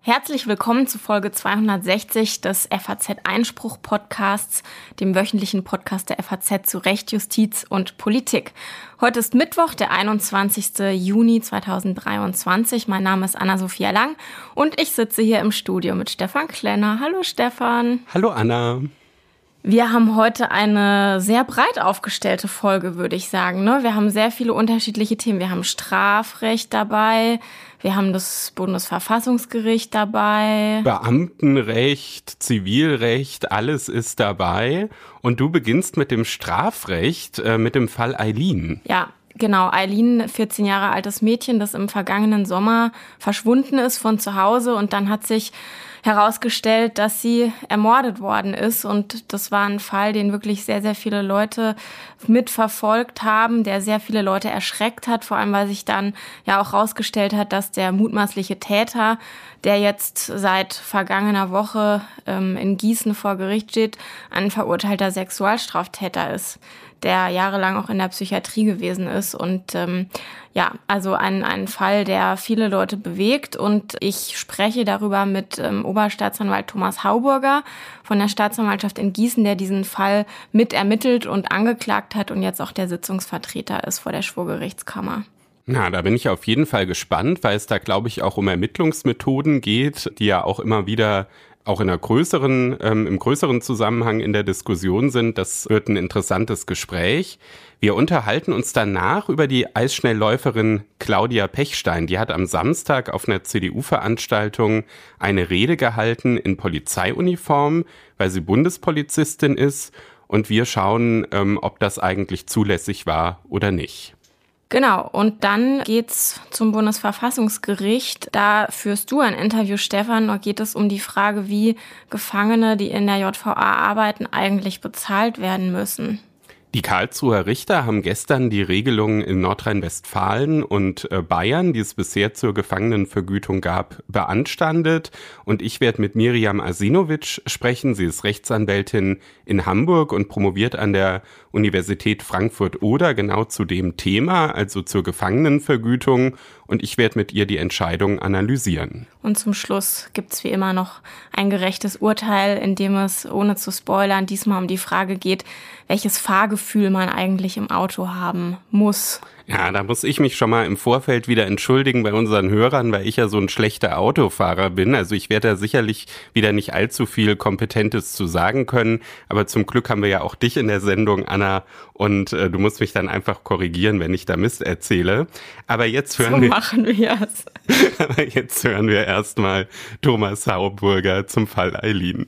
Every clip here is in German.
Herzlich willkommen zu Folge 260 des FAZ-Einspruch-Podcasts, dem wöchentlichen Podcast der FAZ zu Recht, Justiz und Politik. Heute ist Mittwoch, der 21. Juni 2023. Mein Name ist Anna-Sophia Lang und ich sitze hier im Studio mit Stefan Klenner. Hallo Stefan. Hallo Anna. Wir haben heute eine sehr breit aufgestellte Folge, würde ich sagen. Wir haben sehr viele unterschiedliche Themen. Wir haben Strafrecht dabei, wir haben das Bundesverfassungsgericht dabei. Beamtenrecht, Zivilrecht, alles ist dabei. Und du beginnst mit dem Strafrecht, mit dem Fall Ayleen. Ja, genau. Ayleen, 14 Jahre altes Mädchen, das im vergangenen Sommer verschwunden ist von zu Hause. Und dann hat sich herausgestellt, dass sie ermordet worden ist. Und das war ein Fall, den wirklich sehr, sehr viele Leute mitverfolgt haben, der sehr viele Leute erschreckt hat, vor allem weil sich dann ja auch herausgestellt hat, dass der mutmaßliche Täter, der jetzt seit vergangener Woche in Gießen vor Gericht steht, ein verurteilter Sexualstraftäter ist, der jahrelang auch in der Psychiatrie gewesen ist. Und also ein Fall, der viele Leute bewegt. Und ich spreche darüber mit Oberstaatsanwalt Thomas Hauburger von der Staatsanwaltschaft in Gießen, der diesen Fall mitermittelt und angeklagt hat und jetzt auch der Sitzungsvertreter ist vor der Schwurgerichtskammer. Na, da bin ich auf jeden Fall gespannt, weil es da, glaube ich, auch um Ermittlungsmethoden geht, die ja auch immer wieder auch in im größeren Zusammenhang in der Diskussion sind. Das wird ein interessantes Gespräch. Wir unterhalten uns danach über die Eisschnellläuferin Claudia Pechstein. Die hat am Samstag auf einer CDU-Veranstaltung eine Rede gehalten in Polizeiuniform, weil sie Bundespolizistin ist. Und wir schauen, ob das eigentlich zulässig war oder nicht. Genau, und dann geht's zum Bundesverfassungsgericht. Da führst du ein Interview, Stefan. Da geht es um die Frage, wie Gefangene, die in der JVA arbeiten, eigentlich bezahlt werden müssen. Die Karlsruher Richter haben gestern die Regelungen in Nordrhein-Westfalen und Bayern, die es bisher zur Gefangenenvergütung gab, beanstandet. Und ich werde mit Miriam Asinovic sprechen. Sie ist Rechtsanwältin in Hamburg und promoviert an der Universität Frankfurt-Oder genau zu dem Thema, also zur Gefangenenvergütung. Und ich werde mit ihr die Entscheidung analysieren. Und zum Schluss gibt's wie immer noch ein gerechtes Urteil, in dem es, ohne zu spoilern, diesmal um die Frage geht, welches Fahrgefühl man eigentlich im Auto haben muss. Ja, da muss ich mich schon mal im Vorfeld wieder entschuldigen bei unseren Hörern, weil ich ja so ein schlechter Autofahrer bin. Also ich werde da sicherlich wieder nicht allzu viel Kompetentes zu sagen können. Aber zum Glück haben wir ja auch dich in der Sendung, Anna. Und du musst mich dann einfach korrigieren, wenn ich da Mist erzähle. Aber jetzt hören Aber jetzt hören wir erstmal Thomas Hauburger zum Fall Ayleen.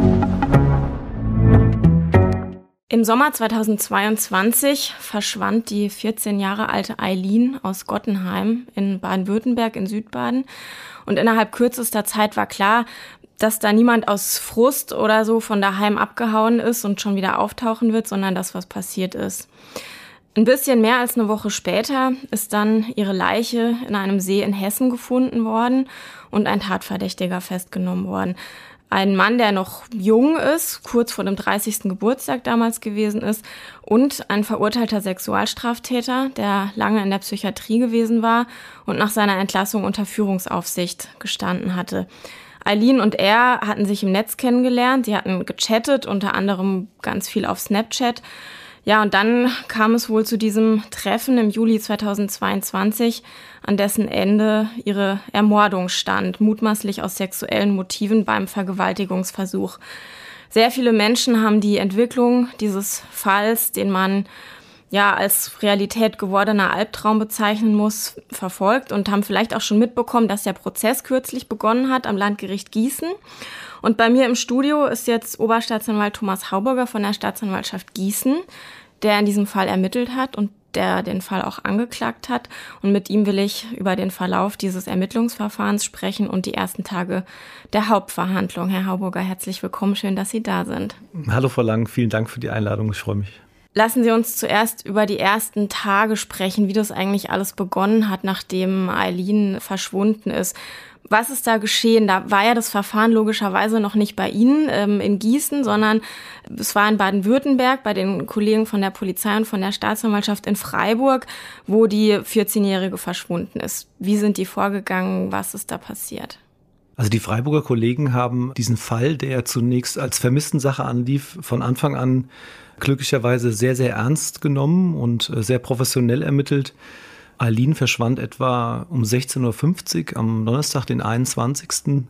Im Sommer 2022 verschwand die 14 Jahre alte Ayleen aus Gottenheim in Baden-Württemberg in Südbaden. Und innerhalb kürzester Zeit war klar, dass da niemand aus Frust oder so von daheim abgehauen ist und schon wieder auftauchen wird, sondern dass was passiert ist. Ein bisschen mehr als eine Woche später ist dann ihre Leiche in einem See in Hessen gefunden worden und ein Tatverdächtiger festgenommen worden. Ein Mann, der noch jung ist, kurz vor dem 30. Geburtstag damals gewesen ist, und ein verurteilter Sexualstraftäter, der lange in der Psychiatrie gewesen war und nach seiner Entlassung unter Führungsaufsicht gestanden hatte. Ayleen und er hatten sich im Netz kennengelernt, sie hatten gechattet, unter anderem ganz viel auf Snapchat. Ja, und dann kam es wohl zu diesem Treffen im Juli 2022, an dessen Ende ihre Ermordung stand, mutmaßlich aus sexuellen Motiven beim Vergewaltigungsversuch. Sehr viele Menschen haben die Entwicklung dieses Falls, den man ja als Realität gewordener Albtraum bezeichnen muss, verfolgt und haben vielleicht auch schon mitbekommen, dass der Prozess kürzlich begonnen hat am Landgericht Gießen. Und bei mir im Studio ist jetzt Oberstaatsanwalt Thomas Hauburger von der Staatsanwaltschaft Gießen, der in diesem Fall ermittelt hat und der den Fall auch angeklagt hat. Und mit ihm will ich über den Verlauf dieses Ermittlungsverfahrens sprechen und die ersten Tage der Hauptverhandlung. Herr Hauburger, herzlich willkommen. Schön, dass Sie da sind. Hallo Frau Lang, vielen Dank für die Einladung. Ich freue mich. Lassen Sie uns zuerst über die ersten Tage sprechen, wie das eigentlich alles begonnen hat, nachdem Ayleen verschwunden ist. Was ist da geschehen? Da war ja das Verfahren logischerweise noch nicht bei Ihnen in Gießen, sondern es war in Baden-Württemberg bei den Kollegen von der Polizei und von der Staatsanwaltschaft in Freiburg, wo die 14-Jährige verschwunden ist. Wie sind die vorgegangen? Was ist da passiert? Also die Freiburger Kollegen haben diesen Fall, der zunächst als Vermisstensache anlief, von Anfang an glücklicherweise sehr, sehr ernst genommen und sehr professionell ermittelt. Aylin verschwand etwa um 16:50 Uhr am Donnerstag, den 21.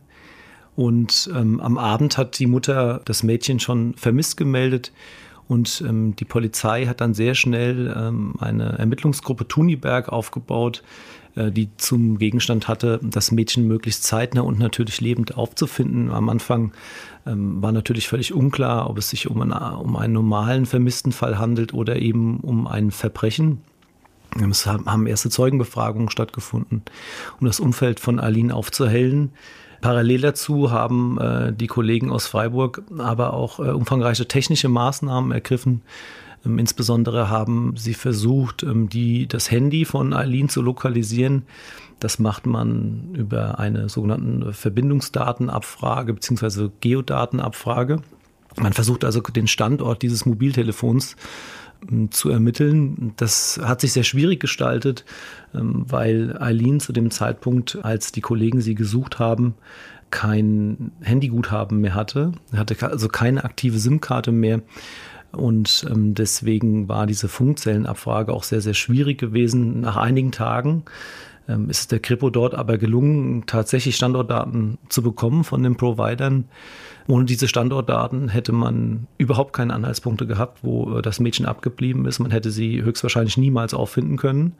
Und am Abend hat die Mutter das Mädchen schon vermisst gemeldet. Und die Polizei hat dann sehr schnell eine Ermittlungsgruppe Thuniberg aufgebaut, die zum Gegenstand hatte, das Mädchen möglichst zeitnah und natürlich lebend aufzufinden. Am Anfang war natürlich völlig unklar, ob es sich um einen normalen vermissten Fall handelt oder eben um ein Verbrechen. Es haben erste Zeugenbefragungen stattgefunden, um das Umfeld von Aylin aufzuhellen. Parallel dazu haben die Kollegen aus Freiburg aber auch umfangreiche technische Maßnahmen ergriffen. Insbesondere haben sie versucht, das Handy von Aylin zu lokalisieren. Das macht man über eine sogenannte Verbindungsdatenabfrage bzw. Geodatenabfrage. Man versucht also den Standort dieses Mobiltelefons zu ermitteln. Das hat sich sehr schwierig gestaltet, weil Aylin zu dem Zeitpunkt, als die Kollegen sie gesucht haben, kein Handyguthaben mehr hatte. Er hatte also keine aktive SIM-Karte mehr. Und deswegen war diese Funkzellenabfrage auch sehr, sehr schwierig gewesen. Nach einigen Tagen ist es der Kripo dort aber gelungen, tatsächlich Standortdaten zu bekommen von den Providern. Ohne diese Standortdaten hätte man überhaupt keine Anhaltspunkte gehabt, wo das Mädchen abgeblieben ist. Man hätte sie höchstwahrscheinlich niemals auffinden können.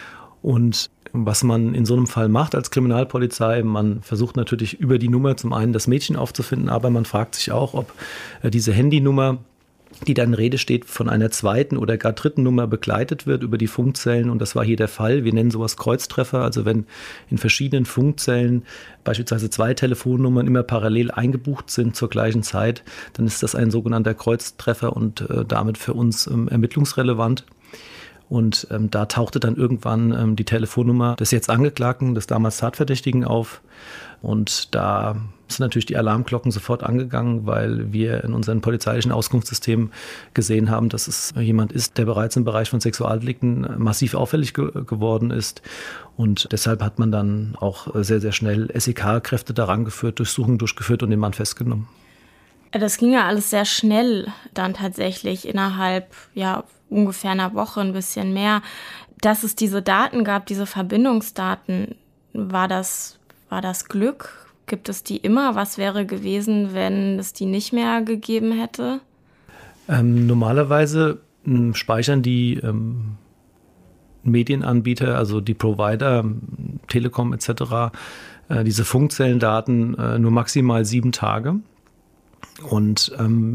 Und was man in so einem Fall macht als Kriminalpolizei, man versucht natürlich über die Nummer zum einen das Mädchen aufzufinden, aber man fragt sich auch, ob diese Handynummer, die dann in Rede steht, von einer zweiten oder gar dritten Nummer begleitet wird über die Funkzellen. Und das war hier der Fall. Wir nennen sowas Kreuztreffer. Also wenn in verschiedenen Funkzellen beispielsweise 2 Telefonnummern immer parallel eingebucht sind zur gleichen Zeit, dann ist das ein sogenannter Kreuztreffer und damit für uns ermittlungsrelevant. Und da tauchte dann irgendwann die Telefonnummer des jetzt Angeklagten, des damals Tatverdächtigen auf. Und da sind natürlich die Alarmglocken sofort angegangen, weil wir in unserem polizeilichen Auskunftssystem gesehen haben, dass es jemand ist, der bereits im Bereich von Sexualdelikten massiv auffällig geworden ist. Und deshalb hat man dann auch sehr, sehr schnell SEK-Kräfte daran geführt, Durchsuchungen durchgeführt und den Mann festgenommen. Das ging ja alles sehr schnell dann tatsächlich innerhalb ungefähr einer Woche, ein bisschen mehr. Dass es diese Daten gab, diese Verbindungsdaten, war das Glück? Gibt es die immer? Was wäre gewesen, wenn es die nicht mehr gegeben hätte? Normalerweise speichern die Medienanbieter, also die Provider, Telekom etc., diese Funkzellendaten nur maximal 7 Tage. Und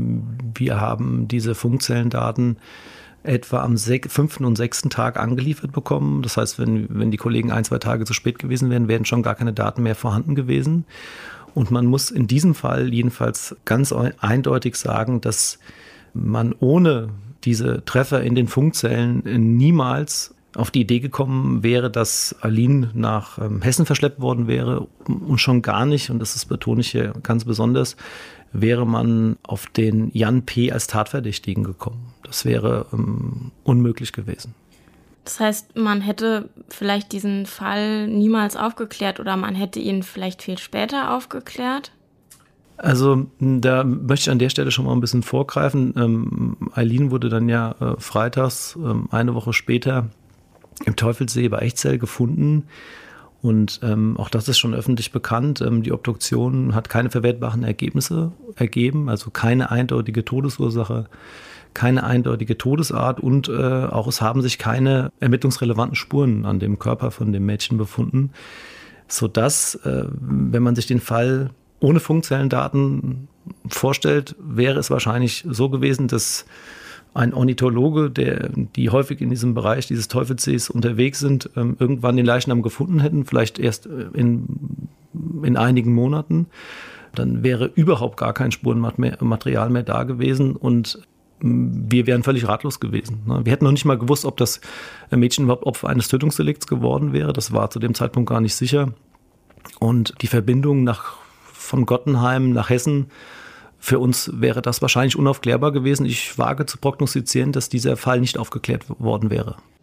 wir haben diese Funkzellendaten etwa am 5. und 6. Tag angeliefert bekommen. Das heißt, wenn die Kollegen 1-2 Tage zu spät gewesen wären, wären schon gar keine Daten mehr vorhanden gewesen. Und man muss in diesem Fall jedenfalls ganz eindeutig sagen, dass man ohne diese Treffer in den Funkzellen niemals auf die Idee gekommen wäre, dass Aylin nach Hessen verschleppt worden wäre und schon gar nicht, und das betone ich hier ganz besonders, wäre man auf den Jan P. als Tatverdächtigen gekommen. Das wäre unmöglich gewesen. Das heißt, man hätte vielleicht diesen Fall niemals aufgeklärt oder man hätte ihn vielleicht viel später aufgeklärt? Also da möchte ich an der Stelle schon mal ein bisschen vorgreifen. Aylin wurde dann ja freitags, eine Woche später, im Teufelssee bei Echzell gefunden. Und auch das ist schon öffentlich bekannt. Die Obduktion hat keine verwertbaren Ergebnisse ergeben, also keine eindeutige Todesursache, keine eindeutige Todesart und auch es haben sich keine ermittlungsrelevanten Spuren an dem Körper von dem Mädchen befunden, sodass, wenn man sich den Fall ohne Funkzellendaten vorstellt, wäre es wahrscheinlich so gewesen, dass ein Ornithologe, die häufig in diesem Bereich dieses Teufelssees unterwegs sind, irgendwann den Leichnam gefunden hätten, vielleicht erst in einigen Monaten. Dann wäre überhaupt gar kein Spurenmaterial mehr da gewesen und wir wären völlig ratlos gewesen. Wir hätten noch nicht mal gewusst, ob das Mädchen überhaupt Opfer eines Tötungsdelikts geworden wäre. Das war zu dem Zeitpunkt gar nicht sicher. Und die Verbindung von Gottenheim nach Hessen, für uns wäre das wahrscheinlich unaufklärbar gewesen. Ich wage zu prognostizieren, dass dieser Fall nicht aufgeklärt worden wäre.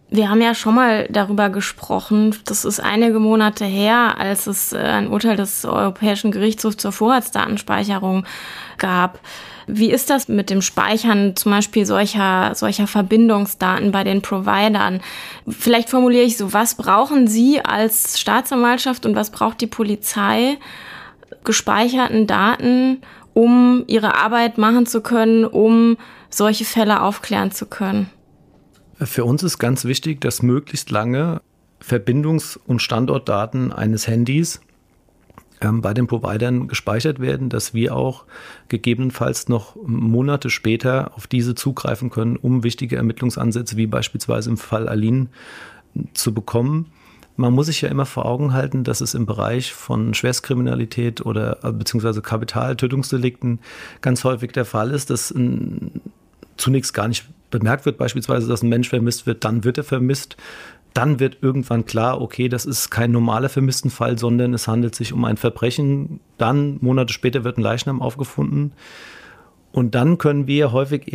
Wir haben ja schon mal darüber gesprochen, das ist einige Monate her, als es ein Urteil des Europäischen Gerichtshofs zur Vorratsdatenspeicherung gab. Wie ist das mit dem Speichern zum Beispiel solcher Verbindungsdaten bei den Providern? Vielleicht formuliere ich so, was brauchen Sie als Staatsanwaltschaft und was braucht die Polizei gespeicherten Daten, um ihre Arbeit machen zu können, um solche Fälle aufklären zu können? Für uns ist ganz wichtig, dass möglichst lange Verbindungs- und Standortdaten eines Handys bei den Providern gespeichert werden, dass wir auch gegebenenfalls noch Monate später auf diese zugreifen können, um wichtige Ermittlungsansätze wie beispielsweise im Fall Aline zu bekommen. Man muss sich ja immer vor Augen halten, dass es im Bereich von Schwerstkriminalität oder beziehungsweise Kapitaltötungsdelikten ganz häufig der Fall ist, dass zunächst gar nicht bemerkt wird, beispielsweise, dass ein Mensch vermisst wird, dann wird er vermisst. Dann wird irgendwann klar, okay, das ist kein normaler Vermisstenfall, sondern es handelt sich um ein Verbrechen. Dann, Monate später, wird ein Leichnam aufgefunden. Und dann haben wir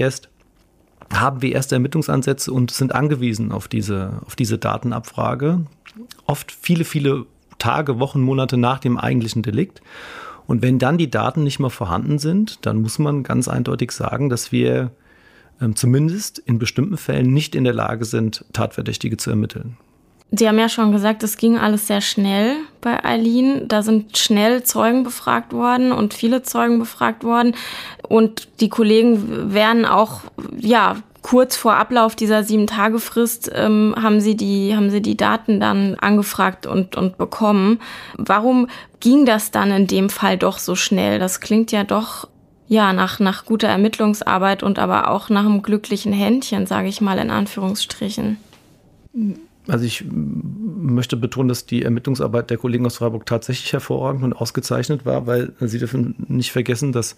erste Ermittlungsansätze und sind angewiesen auf diese Datenabfrage. Oft viele, viele Tage, Wochen, Monate nach dem eigentlichen Delikt. Und wenn dann die Daten nicht mehr vorhanden sind, dann muss man ganz eindeutig sagen, dass wir zumindest in bestimmten Fällen nicht in der Lage sind, Tatverdächtige zu ermitteln. Sie haben ja schon gesagt, es ging alles sehr schnell bei Aline. Da sind schnell Zeugen befragt worden und viele Zeugen befragt worden. Und die Kollegen werden auch, kurz vor Ablauf dieser 7-Tage-Frist haben sie die Daten dann angefragt und bekommen. Warum ging das dann in dem Fall doch so schnell? Das klingt ja doch nach guter Ermittlungsarbeit und aber auch nach einem glücklichen Händchen, sage ich mal in Anführungsstrichen. Also ich möchte betonen, dass die Ermittlungsarbeit der Kollegen aus Freiburg tatsächlich hervorragend und ausgezeichnet war, weil Sie dürfen nicht vergessen, dass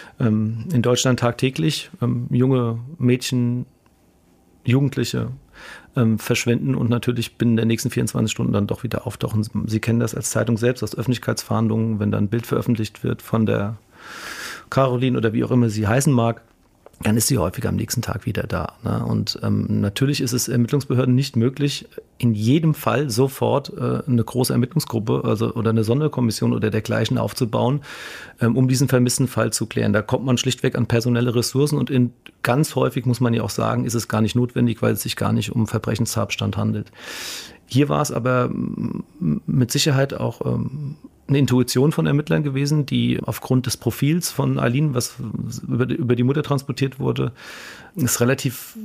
in Deutschland tagtäglich junge Mädchen, Jugendliche verschwinden und natürlich binnen der nächsten 24 Stunden dann doch wieder auftauchen. Sie kennen das als Zeitung selbst aus Öffentlichkeitsverhandlungen, wenn dann ein Bild veröffentlicht wird von der Caroline oder wie auch immer sie heißen mag, dann ist sie häufig am nächsten Tag wieder da. Ne? Und natürlich ist es Ermittlungsbehörden nicht möglich, in jedem Fall sofort eine große Ermittlungsgruppe oder eine Sonderkommission oder dergleichen aufzubauen, um diesen vermissten Fall zu klären. Da kommt man schlichtweg an personelle Ressourcen und ganz häufig, muss man ja auch sagen, ist es gar nicht notwendig, weil es sich gar nicht um Verbrechenstatbestand handelt. Hier war es aber mit Sicherheit auch eine Intuition von Ermittlern gewesen, die aufgrund des Profils von Aline, was über die Mutter transportiert wurde, es relativ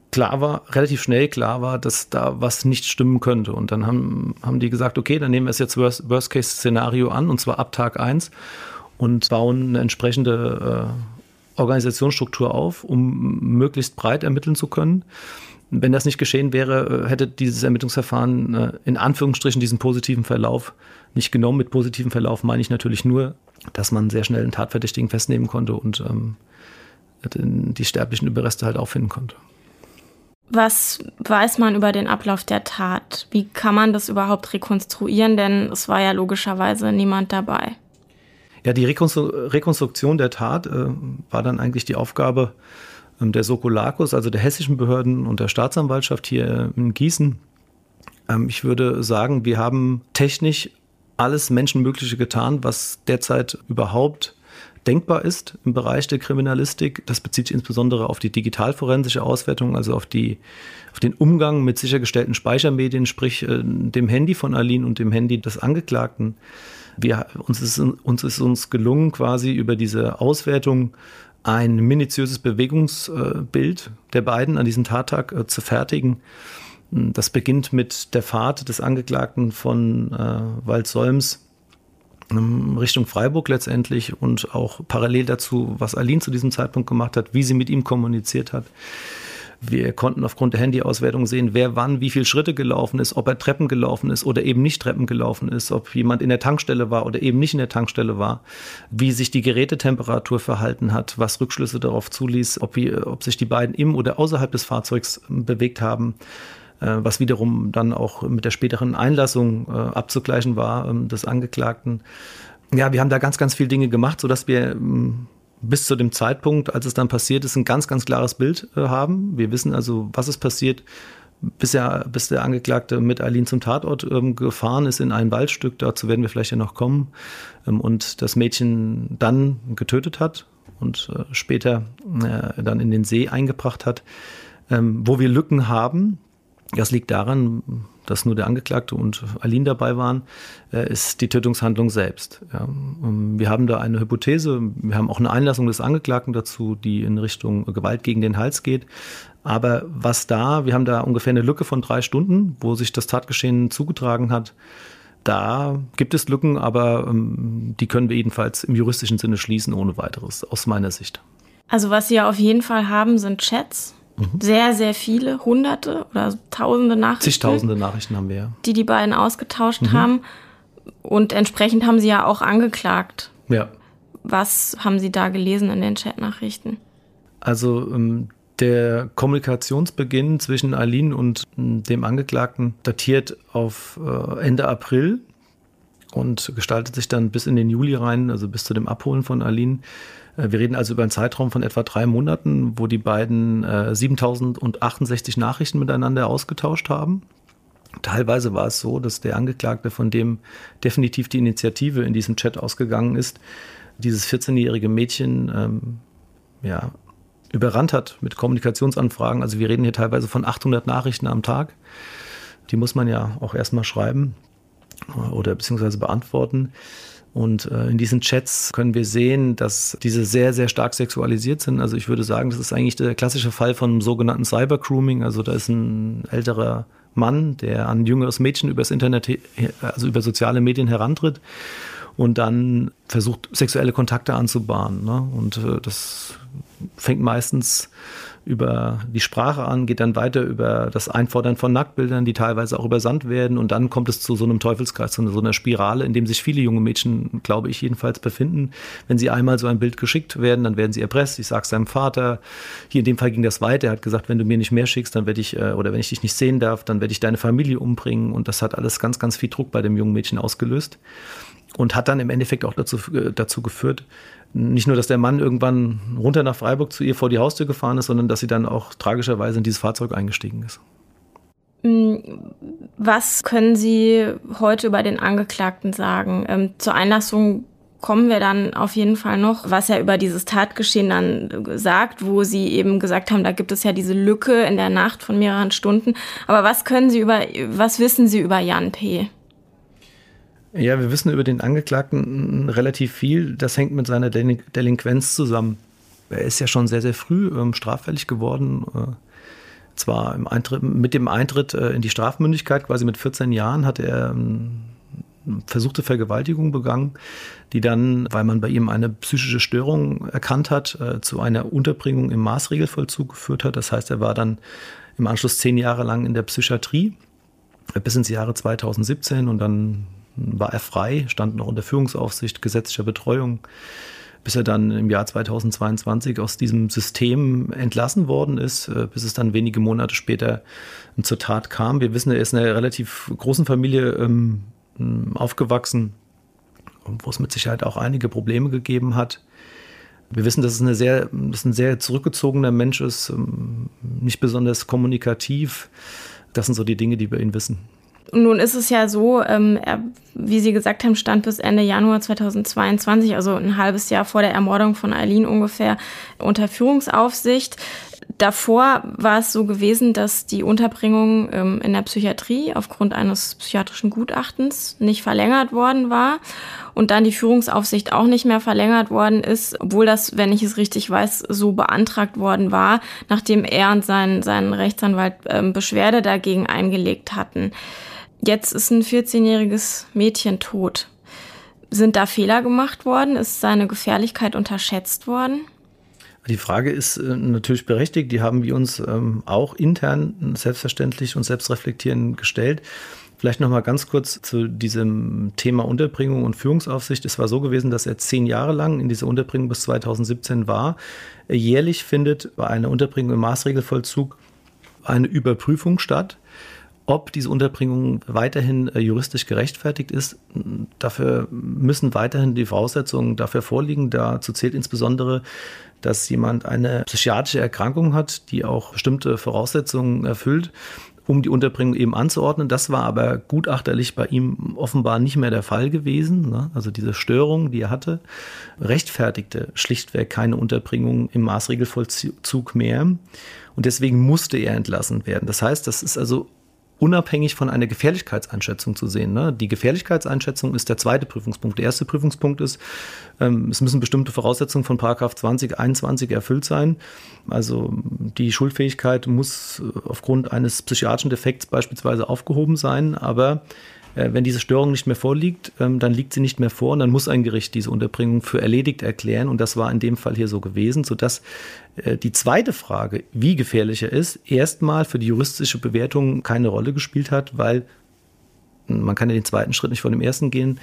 schnell klar war, dass da was nicht stimmen könnte. Und dann haben die gesagt, okay, dann nehmen wir es jetzt Worst-Case-Szenario an, und zwar ab Tag 1 und bauen eine entsprechende Organisationsstruktur auf, um möglichst breit ermitteln zu können. Wenn das nicht geschehen wäre, hätte dieses Ermittlungsverfahren in Anführungsstrichen diesen positiven Verlauf nicht genommen. Mit positivem Verlauf meine ich natürlich nur, dass man sehr schnell einen Tatverdächtigen festnehmen konnte und die sterblichen Überreste halt auffinden konnte. Was weiß man über den Ablauf der Tat? Wie kann man das überhaupt rekonstruieren? Denn es war ja logischerweise niemand dabei. Ja, die Rekonstruktion der Tat war dann eigentlich die Aufgabe der Sokolakos, also der hessischen Behörden und der Staatsanwaltschaft hier in Gießen. Ich würde sagen, wir haben technisch alles Menschenmögliche getan, was derzeit überhaupt denkbar ist im Bereich der Kriminalistik. Das bezieht sich insbesondere auf die digitalforensische Auswertung, also auf den Umgang mit sichergestellten Speichermedien, sprich dem Handy von Aline und dem Handy des Angeklagten. Uns ist gelungen, quasi über diese Auswertung ein minutiöses Bewegungsbild der beiden an diesem Tattag zu fertigen. Das beginnt mit der Fahrt des Angeklagten von Waldsolms Richtung Freiburg letztendlich und auch parallel dazu, was Aline zu diesem Zeitpunkt gemacht hat, wie sie mit ihm kommuniziert hat. Wir konnten aufgrund der Handyauswertung sehen, wer wann wie viele Schritte gelaufen ist, ob er Treppen gelaufen ist oder eben nicht Treppen gelaufen ist, ob jemand in der Tankstelle war oder eben nicht in der Tankstelle war, wie sich die Gerätetemperatur verhalten hat, was Rückschlüsse darauf zuließ, ob sich die beiden im oder außerhalb des Fahrzeugs bewegt haben, was wiederum dann auch mit der späteren Einlassung abzugleichen war des Angeklagten. Ja, wir haben da ganz, ganz viele Dinge gemacht, sodass wir bis zu dem Zeitpunkt, als es dann passiert ist, ein ganz, ganz klares Bild haben. Wir wissen also, was ist passiert, bis der Angeklagte mit Aylin zum Tatort gefahren ist in ein Waldstück, dazu werden wir vielleicht ja noch kommen, und das Mädchen dann getötet hat und später dann in den See eingebracht hat. Wo wir Lücken haben, das liegt daran, dass nur der Angeklagte und Aylin dabei waren, ist die Tötungshandlung selbst. Ja. Wir haben da eine Hypothese, wir haben auch eine Einlassung des Angeklagten dazu, die in Richtung Gewalt gegen den Hals geht. Aber wir haben da ungefähr eine Lücke von 3 Stunden, wo sich das Tatgeschehen zugetragen hat. Da gibt es Lücken, aber die können wir jedenfalls im juristischen Sinne schließen, ohne weiteres, aus meiner Sicht. Also was Sie ja auf jeden Fall haben, sind Chats. Sehr, sehr viele, Hunderte oder Tausende Nachrichten. Zigtausende Nachrichten haben wir, ja. Die beiden ausgetauscht haben. Und entsprechend haben Sie ja auch angeklagt. Ja. Was haben Sie da gelesen in den Chatnachrichten? Also der Kommunikationsbeginn zwischen Aylin und dem Angeklagten datiert auf Ende April und gestaltet sich dann bis in den Juli rein, also bis zu dem Abholen von Aylin. Wir reden also über einen Zeitraum von etwa 3 Monaten, wo die beiden 7.068 Nachrichten miteinander ausgetauscht haben. Teilweise war es so, dass der Angeklagte, von dem definitiv die Initiative in diesem Chat ausgegangen ist, dieses 14-jährige Mädchen überrannt hat mit Kommunikationsanfragen. Also wir reden hier teilweise von 800 Nachrichten am Tag. Die muss man ja auch erstmal schreiben oder beziehungsweise beantworten. Und in diesen Chats können wir sehen, dass diese sehr, sehr stark sexualisiert sind. Also ich würde sagen, das ist eigentlich der klassische Fall von sogenannten Cybergrooming. Also da ist ein älterer Mann, der an ein jüngeres Mädchen übers Internet, also über soziale Medien herantritt und dann versucht, sexuelle Kontakte anzubahnen. Ne? Und das fängt meistens über die Sprache an, geht dann weiter über das Einfordern von Nacktbildern, die teilweise auch übersandt werden, und dann kommt es zu so einem Teufelskreis, zu so einer Spirale, in dem sich viele junge Mädchen, glaube ich jedenfalls, befinden. Wenn sie einmal so ein Bild geschickt werden, dann werden sie erpresst. Ich sage es seinem Vater. Hier in dem Fall ging das weiter. Er hat gesagt, wenn du mir nicht mehr schickst, dann werde ich, oder wenn ich dich nicht sehen darf, dann werde ich deine Familie umbringen. Und das hat alles ganz, ganz viel Druck bei dem jungen Mädchen ausgelöst und hat dann im Endeffekt auch dazu geführt, nicht nur, dass der Mann irgendwann runter nach Freiburg zu ihr vor die Haustür gefahren ist, sondern dass sie dann auch tragischerweise in dieses Fahrzeug eingestiegen ist. Was können Sie heute über den Angeklagten sagen? Zur Einlassung kommen wir dann auf jeden Fall noch, was er über dieses Tatgeschehen dann sagt, wo Sie eben gesagt haben, da gibt es ja diese Lücke in der Nacht von mehreren Stunden. Aber was wissen Sie über Jan P.? Ja, wir wissen über den Angeklagten relativ viel. Das hängt mit seiner Delinquenz zusammen. Er ist ja schon sehr, sehr früh straffällig geworden. Zwar mit dem Eintritt in die Strafmündigkeit, quasi mit 14 Jahren, hat er versuchte Vergewaltigung begangen, die dann, weil man bei ihm eine psychische Störung erkannt hat, zu einer Unterbringung im Maßregelvollzug geführt hat. Das heißt, er war dann im Anschluss 10 Jahre lang in der Psychiatrie, bis ins Jahre 2017, und dann war er frei, stand noch unter Führungsaufsicht, gesetzlicher Betreuung, bis er dann im Jahr 2022 aus diesem System entlassen worden ist, bis es dann wenige Monate später zur Tat kam. Wir wissen, er ist in einer relativ großen Familie aufgewachsen, wo es mit Sicherheit auch einige Probleme gegeben hat. Wir wissen, dass es ein sehr zurückgezogener Mensch ist, nicht besonders kommunikativ. Das sind so die Dinge, die wir ihn wissen. Nun ist es ja so, er, wie Sie gesagt haben, stand bis Ende Januar 2022, also ein halbes Jahr vor der Ermordung von Aylin ungefähr, unter Führungsaufsicht. Davor war es so gewesen, dass die Unterbringung in der Psychiatrie aufgrund eines psychiatrischen Gutachtens nicht verlängert worden war und dann die Führungsaufsicht auch nicht mehr verlängert worden ist, obwohl das, wenn ich es richtig weiß, so beantragt worden war, nachdem er und sein Rechtsanwalt Beschwerde dagegen eingelegt hatten. Jetzt ist ein 14-jähriges Mädchen tot. Sind da Fehler gemacht worden? Ist seine Gefährlichkeit unterschätzt worden? Die Frage ist natürlich berechtigt. Die haben wir uns auch intern selbstverständlich und selbstreflektierend gestellt. Vielleicht noch mal ganz kurz zu diesem Thema Unterbringung und Führungsaufsicht. Es war so gewesen, dass er 10 Jahre lang in dieser Unterbringung bis 2017 war. Jährlich findet bei einer Unterbringung im Maßregelvollzug eine Überprüfung statt, ob diese Unterbringung weiterhin juristisch gerechtfertigt ist. Dafür müssen weiterhin die Voraussetzungen dafür vorliegen. Dazu zählt insbesondere, dass jemand eine psychiatrische Erkrankung hat, die auch bestimmte Voraussetzungen erfüllt, um die Unterbringung eben anzuordnen. Das war aber gutachterlich bei ihm offenbar nicht mehr der Fall gewesen. Ne? Also diese Störung, die er hatte, rechtfertigte schlichtweg keine Unterbringung im Maßregelvollzug mehr. Und deswegen musste er entlassen werden. Das heißt, das ist also unabhängig von einer Gefährlichkeitseinschätzung zu sehen. Ne? Die Gefährlichkeitseinschätzung ist der zweite Prüfungspunkt. Der erste Prüfungspunkt ist, es müssen bestimmte Voraussetzungen von § 2021 erfüllt sein. Also die Schuldfähigkeit muss aufgrund eines psychiatrischen Defekts beispielsweise aufgehoben sein, aber wenn diese Störung nicht mehr vorliegt, dann liegt sie nicht mehr vor und dann muss ein Gericht diese Unterbringung für erledigt erklären und das war in dem Fall hier so gewesen, sodass die zweite Frage, wie gefährlich er ist, erstmal für die juristische Bewertung keine Rolle gespielt hat, weil man kann ja den zweiten Schritt nicht vor dem ersten gehen,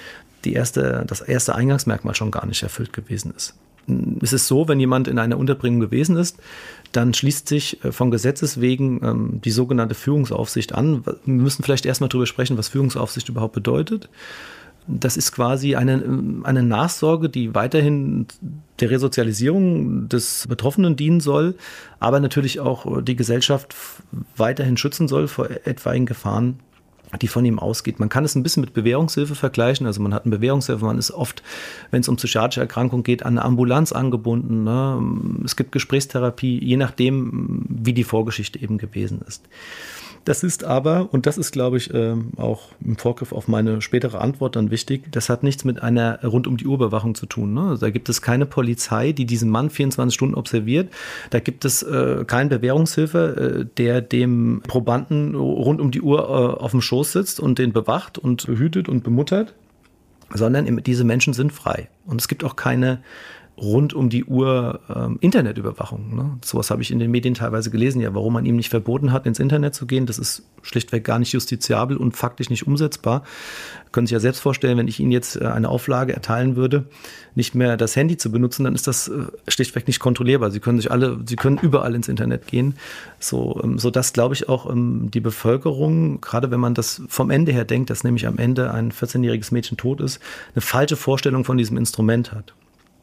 das erste Eingangsmerkmal schon gar nicht erfüllt gewesen ist. Es ist so, wenn jemand in einer Unterbringung gewesen ist, dann schließt sich von Gesetzes wegen die sogenannte Führungsaufsicht an. Wir müssen vielleicht erstmal darüber sprechen, was Führungsaufsicht überhaupt bedeutet. Das ist quasi eine Nachsorge, die weiterhin der Resozialisierung des Betroffenen dienen soll, aber natürlich auch die Gesellschaft weiterhin schützen soll vor etwaigen Gefahren, die von ihm ausgeht. Man kann es ein bisschen mit Bewährungshilfe vergleichen. Also man hat eine Bewährungshilfe, man ist oft, wenn es um psychiatrische Erkrankungen geht, an eine Ambulanz angebunden. Ne? Es gibt Gesprächstherapie, je nachdem, wie die Vorgeschichte eben gewesen ist. Das ist aber, und das ist, glaube ich, auch im Vorgriff auf meine spätere Antwort dann wichtig, das hat nichts mit einer Rund-um-die-Uhr-Überwachung zu tun. Ne? Also da gibt es keine Polizei, die diesen Mann 24 Stunden observiert. Da gibt es keinen Bewährungshilfe, der dem Probanden rund um die Uhr auf dem Schoß sitzt und den bewacht und behütet und bemuttert, sondern diese Menschen sind frei. Und es gibt auch keine rund um die Uhr Internetüberwachung. Ne? Sowas habe ich in den Medien teilweise gelesen, ja, warum man ihm nicht verboten hat, ins Internet zu gehen. Das ist schlichtweg gar nicht justiziabel und faktisch nicht umsetzbar. Können Sie sich ja selbst vorstellen, wenn ich Ihnen jetzt eine Auflage erteilen würde, nicht mehr das Handy zu benutzen, dann ist das schlichtweg nicht kontrollierbar. Sie können überall ins Internet gehen. So dass, glaube ich, auch die Bevölkerung, gerade wenn man das vom Ende her denkt, dass nämlich am Ende ein 14-jähriges Mädchen tot ist, eine falsche Vorstellung von diesem Instrument hat.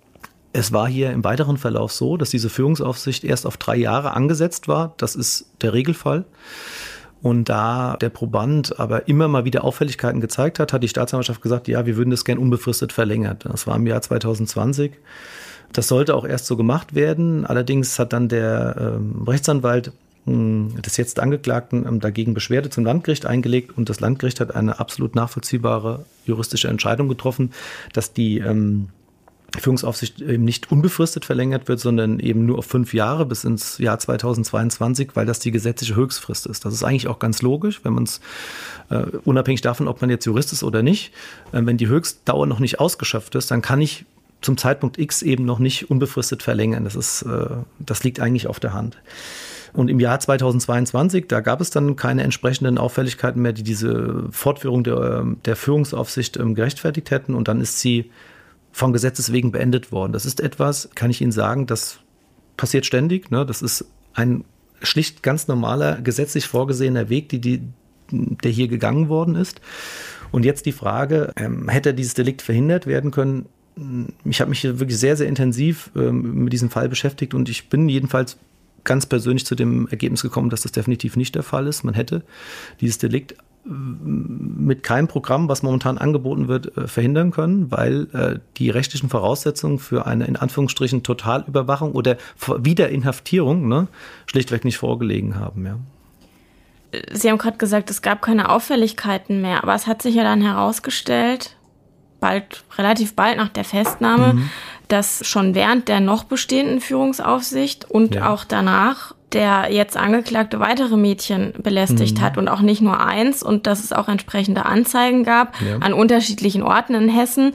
Es war hier im weiteren Verlauf so, dass diese Führungsaufsicht erst auf 3 Jahre angesetzt war. Das ist der Regelfall. Und da der Proband aber immer mal wieder Auffälligkeiten gezeigt hat, hat die Staatsanwaltschaft gesagt, ja, wir würden das gern unbefristet verlängert. Das war im Jahr 2020. Das sollte auch erst so gemacht werden. Allerdings hat dann der Rechtsanwalt des jetzt Angeklagten dagegen Beschwerde zum Landgericht eingelegt und das Landgericht hat eine absolut nachvollziehbare juristische Entscheidung getroffen, dass die Führungsaufsicht eben nicht unbefristet verlängert wird, sondern eben nur auf 5 Jahre bis ins Jahr 2022, weil das die gesetzliche Höchstfrist ist. Das ist eigentlich auch ganz logisch, wenn man es unabhängig davon, ob man jetzt Jurist ist oder nicht, wenn die Höchstdauer noch nicht ausgeschöpft ist, dann kann ich zum Zeitpunkt X eben noch nicht unbefristet verlängern. Das liegt eigentlich auf der Hand. Und im Jahr 2022, da gab es dann keine entsprechenden Auffälligkeiten mehr, die diese Fortführung der Führungsaufsicht gerechtfertigt hätten. Und dann ist sie vom Gesetzes wegen beendet worden. Das ist etwas, kann ich Ihnen sagen, das passiert ständig. Ne? Das ist ein schlicht ganz normaler, gesetzlich vorgesehener Weg, der hier gegangen worden ist. Und jetzt die Frage, hätte dieses Delikt verhindert werden können? Ich habe mich hier wirklich sehr, sehr intensiv mit diesem Fall beschäftigt und ich bin jedenfalls ganz persönlich zu dem Ergebnis gekommen, dass das definitiv nicht der Fall ist. Man hätte dieses Delikt mit keinem Programm, was momentan angeboten wird, verhindern können, weil die rechtlichen Voraussetzungen für eine in Anführungsstrichen Totalüberwachung oder Wiederinhaftierung schlichtweg nicht vorgelegen haben. Ja. Sie haben gerade gesagt, es gab keine Auffälligkeiten mehr, aber es hat sich ja dann herausgestellt, relativ bald nach der Festnahme, dass schon während der noch bestehenden Führungsaufsicht und auch danach der jetzt Angeklagte weitere Mädchen belästigt hat und auch nicht nur eins und dass es auch entsprechende Anzeigen gab an unterschiedlichen Orten in Hessen,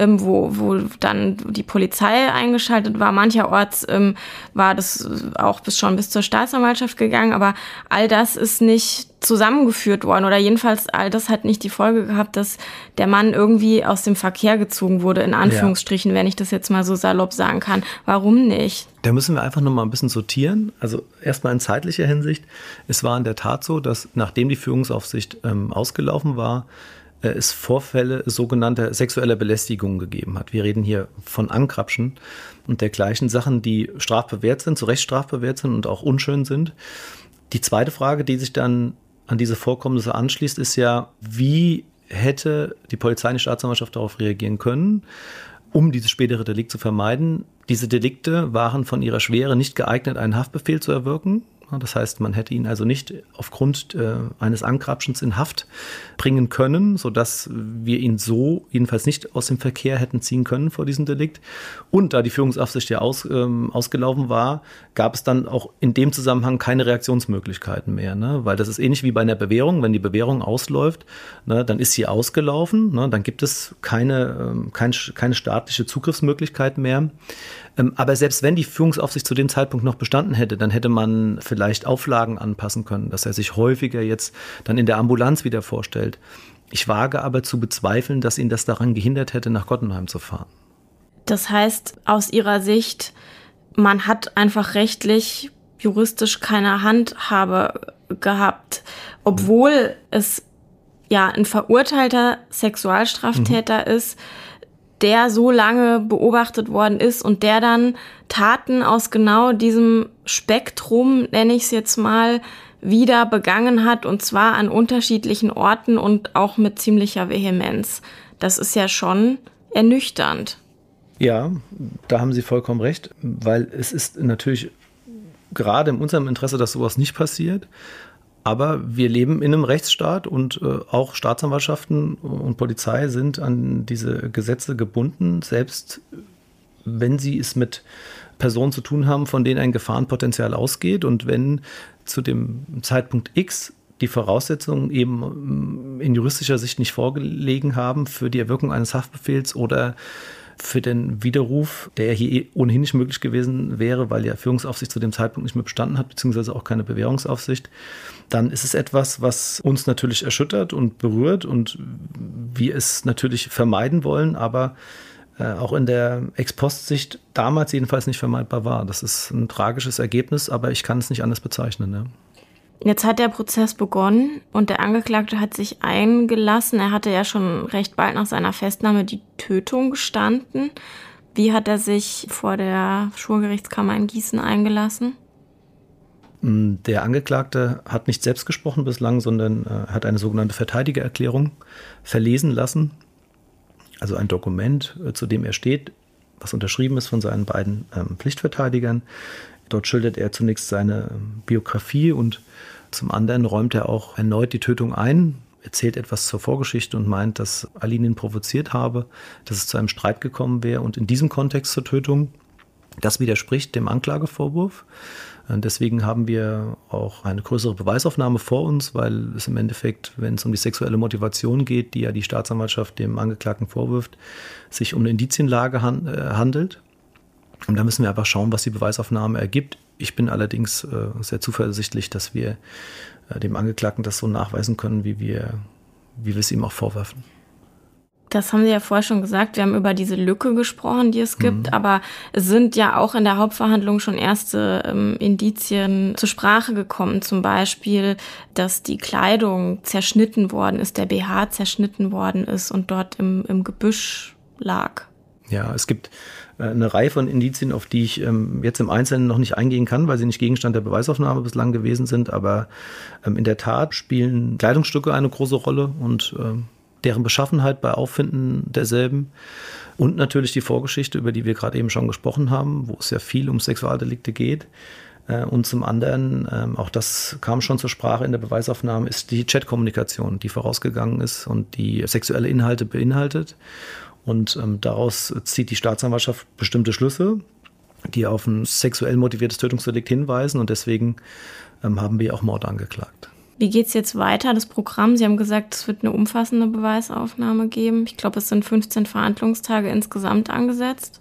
wo dann die Polizei eingeschaltet war. Mancherorts war das auch bis zur Staatsanwaltschaft gegangen, aber all das ist nicht zusammengeführt worden oder jedenfalls all das hat nicht die Folge gehabt, dass der Mann irgendwie aus dem Verkehr gezogen wurde, in Anführungsstrichen, wenn ich das jetzt mal so salopp sagen kann. Warum nicht? Da müssen wir einfach nochmal ein bisschen sortieren. Also erstmal in zeitlicher Hinsicht. Es war in der Tat so, dass nachdem die Führungsaufsicht ausgelaufen war, es Vorfälle sogenannter sexueller Belästigung gegeben hat. Wir reden hier von Angrapschen und dergleichen Sachen, die strafbewehrt sind, zu Recht strafbewehrt sind und auch unschön sind. Die zweite Frage, die sich dann an diese Vorkommnisse anschließt, ist ja, wie hätte die Polizei und die Staatsanwaltschaft darauf reagieren können, um dieses spätere Delikt zu vermeiden. Diese Delikte waren von ihrer Schwere nicht geeignet, einen Haftbefehl zu erwirken. Das heißt, man hätte ihn also nicht aufgrund eines Angrabschens in Haft bringen können, sodass wir ihn so jedenfalls nicht aus dem Verkehr hätten ziehen können vor diesem Delikt. Und da die Führungsaufsicht ja ausgelaufen war, gab es dann auch in dem Zusammenhang keine Reaktionsmöglichkeiten mehr. Ne? Weil das ist ähnlich wie bei einer Bewährung. Wenn die Bewährung ausläuft, ne, dann ist sie ausgelaufen. Ne? Dann gibt es keine staatliche Zugriffsmöglichkeit mehr. Aber selbst wenn die Führungsaufsicht zu dem Zeitpunkt noch bestanden hätte, dann hätte man vielleicht Auflagen anpassen können, dass er sich häufiger jetzt dann in der Ambulanz wieder vorstellt. Ich wage aber zu bezweifeln, dass ihn das daran gehindert hätte, nach Gottenheim zu fahren. Das heißt, aus Ihrer Sicht, man hat einfach rechtlich, juristisch keine Handhabe gehabt, obwohl es ja ein verurteilter Sexualstraftäter ist, der so lange beobachtet worden ist und der dann Taten aus genau diesem Spektrum, nenne ich es jetzt mal, wieder begangen hat, und zwar an unterschiedlichen Orten und auch mit ziemlicher Vehemenz. Das ist ja schon ernüchternd. Ja, da haben Sie vollkommen recht, weil es ist natürlich gerade in unserem Interesse, dass sowas nicht passiert. Aber wir leben in einem Rechtsstaat und auch Staatsanwaltschaften und Polizei sind an diese Gesetze gebunden, selbst wenn sie es mit Personen zu tun haben, von denen ein Gefahrenpotenzial ausgeht. Und wenn zu dem Zeitpunkt X die Voraussetzungen eben in juristischer Sicht nicht vorgelegen haben für die Erwirkung eines Haftbefehls oder für den Widerruf, der hier ohnehin nicht möglich gewesen wäre, weil ja Führungsaufsicht zu dem Zeitpunkt nicht mehr bestanden hat, beziehungsweise auch keine Bewährungsaufsicht, dann ist es etwas, was uns natürlich erschüttert und berührt und wir es natürlich vermeiden wollen, aber auch in der Ex-Post-Sicht damals jedenfalls nicht vermeidbar war. Das ist ein tragisches Ergebnis, aber ich kann es nicht anders bezeichnen. Ne? Jetzt hat der Prozess begonnen und der Angeklagte hat sich eingelassen. Er hatte ja schon recht bald nach seiner Festnahme die Tötung gestanden. Wie hat er sich vor der Schwurgerichtskammer in Gießen eingelassen? Der Angeklagte hat nicht selbst gesprochen bislang, sondern hat eine sogenannte Verteidigererklärung verlesen lassen. Also ein Dokument, zu dem er steht, was unterschrieben ist von seinen beiden Pflichtverteidigern. Dort schildert er zunächst seine Biografie und zum anderen räumt er auch erneut die Tötung ein, erzählt etwas zur Vorgeschichte und meint, dass Aline ihn provoziert habe, dass es zu einem Streit gekommen wäre. Und in diesem Kontext zur Tötung, das widerspricht dem Anklagevorwurf. Deswegen haben wir auch eine größere Beweisaufnahme vor uns, weil es im Endeffekt, wenn es um die sexuelle Motivation geht, die ja die Staatsanwaltschaft dem Angeklagten vorwirft, sich um eine Indizienlage handelt. Und da müssen wir einfach schauen, was die Beweisaufnahme ergibt. Ich bin allerdings sehr zuversichtlich, dass wir dem Angeklagten das so nachweisen können, wie wir es ihm auch vorwerfen. Das haben Sie ja vorher schon gesagt. Wir haben über diese Lücke gesprochen, die es gibt. Aber es sind ja auch in der Hauptverhandlung schon erste Indizien zur Sprache gekommen. Zum Beispiel, dass die Kleidung zerschnitten worden ist, der BH zerschnitten worden ist und dort im Gebüsch lag. Ja, es gibt eine Reihe von Indizien, auf die ich jetzt im Einzelnen noch nicht eingehen kann, weil sie nicht Gegenstand der Beweisaufnahme bislang gewesen sind. Aber in der Tat spielen Kleidungsstücke eine große Rolle und deren Beschaffenheit bei Auffinden derselben und natürlich die Vorgeschichte, über die wir gerade eben schon gesprochen haben, wo es ja viel um Sexualdelikte geht. Und zum anderen, auch das kam schon zur Sprache in der Beweisaufnahme, ist die Chatkommunikation, die vorausgegangen ist und die sexuelle Inhalte beinhaltet. Und daraus zieht die Staatsanwaltschaft bestimmte Schlüsse, die auf ein sexuell motiviertes Tötungsdelikt hinweisen. Und deswegen haben wir auch Mord angeklagt. Wie geht's jetzt weiter, das Programm? Sie haben gesagt, es wird eine umfassende Beweisaufnahme geben. Ich glaube, es sind 15 Verhandlungstage insgesamt angesetzt.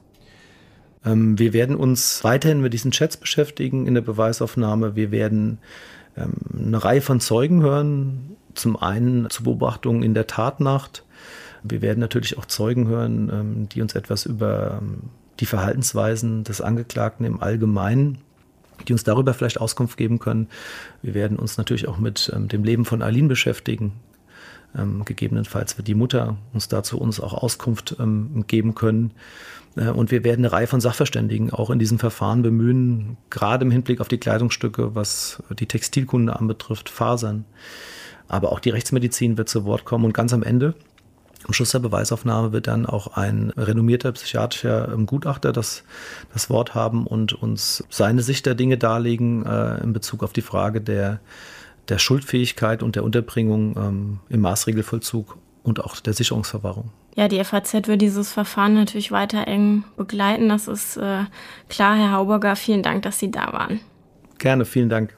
Wir werden uns weiterhin mit diesen Chats beschäftigen in der Beweisaufnahme. Wir werden eine Reihe von Zeugen hören. Zum einen zu Beobachtungen in der Tatnacht. Wir werden natürlich auch Zeugen hören, die uns etwas über die Verhaltensweisen des Angeklagten im Allgemeinen, die uns darüber vielleicht Auskunft geben können. Wir werden uns natürlich auch mit dem Leben von Aline beschäftigen, Gegebenenfalls wird die Mutter uns dazu auch Auskunft geben können. Und wir werden eine Reihe von Sachverständigen auch in diesem Verfahren bemühen, gerade im Hinblick auf die Kleidungsstücke, was die Textilkunde anbetrifft, Fasern. Aber auch die Rechtsmedizin wird zu Wort kommen. Und ganz am Ende, am Schluss der Beweisaufnahme, wird dann auch ein renommierter psychiatrischer Gutachter das Wort haben und uns seine Sicht der Dinge darlegen in Bezug auf die Frage der Schuldfähigkeit und der Unterbringung im Maßregelvollzug und auch der Sicherungsverwahrung. Ja, die FAZ wird dieses Verfahren natürlich weiter eng begleiten. Das ist klar, Herr Hauberger. Vielen Dank, dass Sie da waren. Gerne, vielen Dank.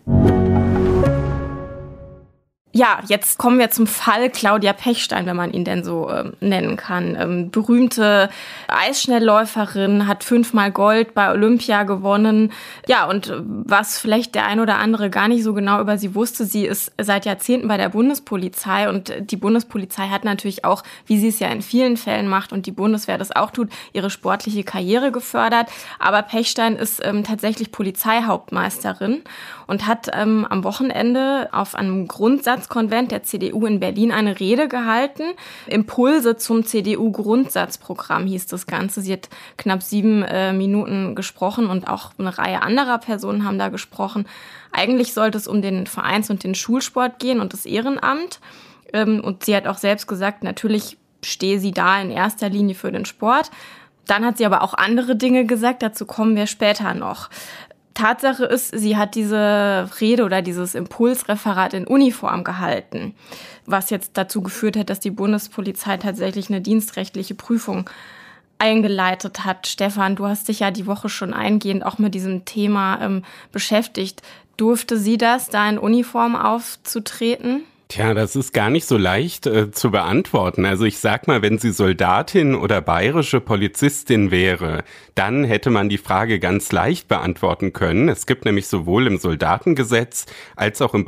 Ja, jetzt kommen wir zum Fall Claudia Pechstein, wenn man ihn denn so nennen kann. Berühmte Eisschnellläuferin, hat 5-mal Gold bei Olympia gewonnen. Ja, und was vielleicht der ein oder andere gar nicht so genau über sie wusste, sie ist seit Jahrzehnten bei der Bundespolizei und die Bundespolizei hat natürlich auch, wie sie es ja in vielen Fällen macht und die Bundeswehr das auch tut, ihre sportliche Karriere gefördert. Aber Pechstein ist tatsächlich Polizeihauptmeisterin und hat am Wochenende auf einem Grundsatzkonvent der CDU in Berlin eine Rede gehalten. Impulse zum CDU-Grundsatzprogramm hieß das Ganze. Sie hat knapp 7 Minuten gesprochen und auch eine Reihe anderer Personen haben da gesprochen. Eigentlich sollte es um den Vereins- und den Schulsport gehen und das Ehrenamt. Und sie hat auch selbst gesagt, natürlich stehe sie da in erster Linie für den Sport. Dann hat sie aber auch andere Dinge gesagt, dazu kommen wir später noch. Tatsache ist, sie hat diese Rede oder dieses Impulsreferat in Uniform gehalten, was jetzt dazu geführt hat, dass die Bundespolizei tatsächlich eine dienstrechtliche Prüfung eingeleitet hat. Stefan, du hast dich ja die Woche schon eingehend auch mit diesem Thema beschäftigt. Durfte sie das, da in Uniform aufzutreten? Tja, das ist gar nicht so leicht zu beantworten. Also ich sag mal, wenn sie Soldatin oder bayerische Polizistin wäre, dann hätte man die Frage ganz leicht beantworten können. Es gibt nämlich sowohl im Soldatengesetz als auch im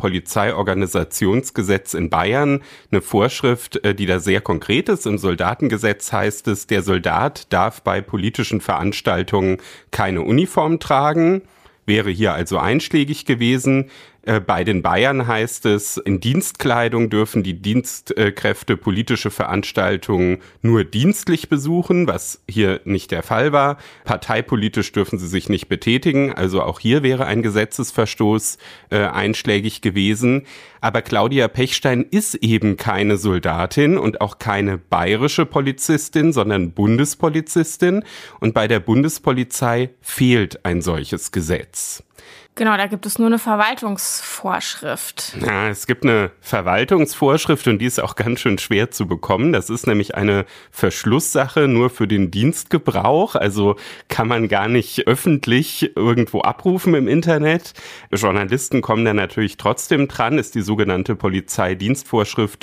Polizeiorganisationsgesetz in Bayern eine Vorschrift, die da sehr konkret ist. Im Soldatengesetz heißt es, der Soldat darf bei politischen Veranstaltungen keine Uniform tragen. Wäre hier also einschlägig gewesen. Bei den Bayern heißt es, in Dienstkleidung dürfen die Dienstkräfte politische Veranstaltungen nur dienstlich besuchen, was hier nicht der Fall war. Parteipolitisch dürfen sie sich nicht betätigen, also auch hier wäre ein Gesetzesverstoß einschlägig gewesen. Aber Claudia Pechstein ist eben keine Soldatin und auch keine bayerische Polizistin, sondern Bundespolizistin. Und bei der Bundespolizei fehlt ein solches Gesetz. Genau, da gibt es nur eine Verwaltungsvorschrift. Ja, es gibt eine Verwaltungsvorschrift und die ist auch ganz schön schwer zu bekommen. Das ist nämlich eine Verschlusssache nur für den Dienstgebrauch. Also kann man gar nicht öffentlich irgendwo abrufen im Internet. Journalisten kommen da natürlich trotzdem dran, ist die sogenannte Polizeidienstvorschrift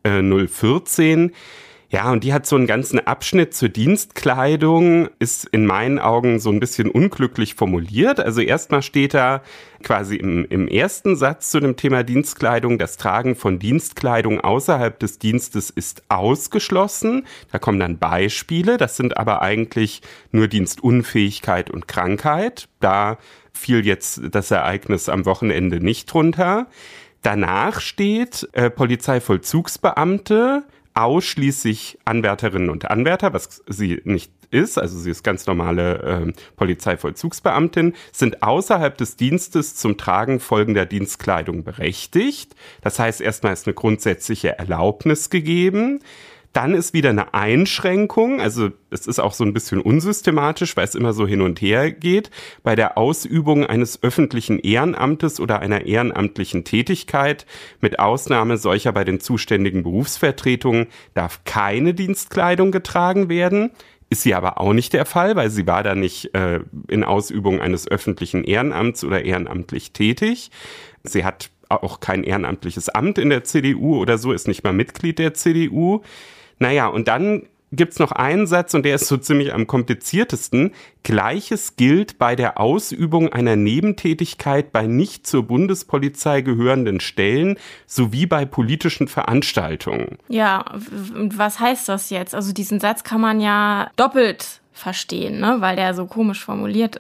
014. Ja, und die hat so einen ganzen Abschnitt zur Dienstkleidung, ist in meinen Augen so ein bisschen unglücklich formuliert. Also erstmal steht da quasi im ersten Satz zu dem Thema Dienstkleidung, das Tragen von Dienstkleidung außerhalb des Dienstes ist ausgeschlossen. Da kommen dann Beispiele, das sind aber eigentlich nur Dienstunfähigkeit und Krankheit. Da fiel jetzt das Ereignis am Wochenende nicht drunter. Danach steht Polizeivollzugsbeamte, ausschließlich Anwärterinnen und Anwärter, was sie nicht ist, also sie ist ganz normale Polizeivollzugsbeamtin, sind außerhalb des Dienstes zum Tragen folgender Dienstkleidung berechtigt. Das heißt, erstmal ist eine grundsätzliche Erlaubnis gegeben. Dann ist wieder eine Einschränkung, also es ist auch so ein bisschen unsystematisch, weil es immer so hin und her geht. Bei der Ausübung eines öffentlichen Ehrenamtes oder einer ehrenamtlichen Tätigkeit, mit Ausnahme solcher bei den zuständigen Berufsvertretungen, darf keine Dienstkleidung getragen werden. Ist sie aber auch nicht der Fall, weil sie war da nicht in Ausübung eines öffentlichen Ehrenamts oder ehrenamtlich tätig. Sie hat auch kein ehrenamtliches Amt in der CDU oder so, ist nicht mal Mitglied der CDU. Naja, und dann gibt's noch einen Satz, und der ist so ziemlich am kompliziertesten. Gleiches gilt bei der Ausübung einer Nebentätigkeit bei nicht zur Bundespolizei gehörenden Stellen sowie bei politischen Veranstaltungen. Ja, was heißt das jetzt? Also diesen Satz kann man ja doppelt verstehen, ne? Weil der so komisch formuliert ist.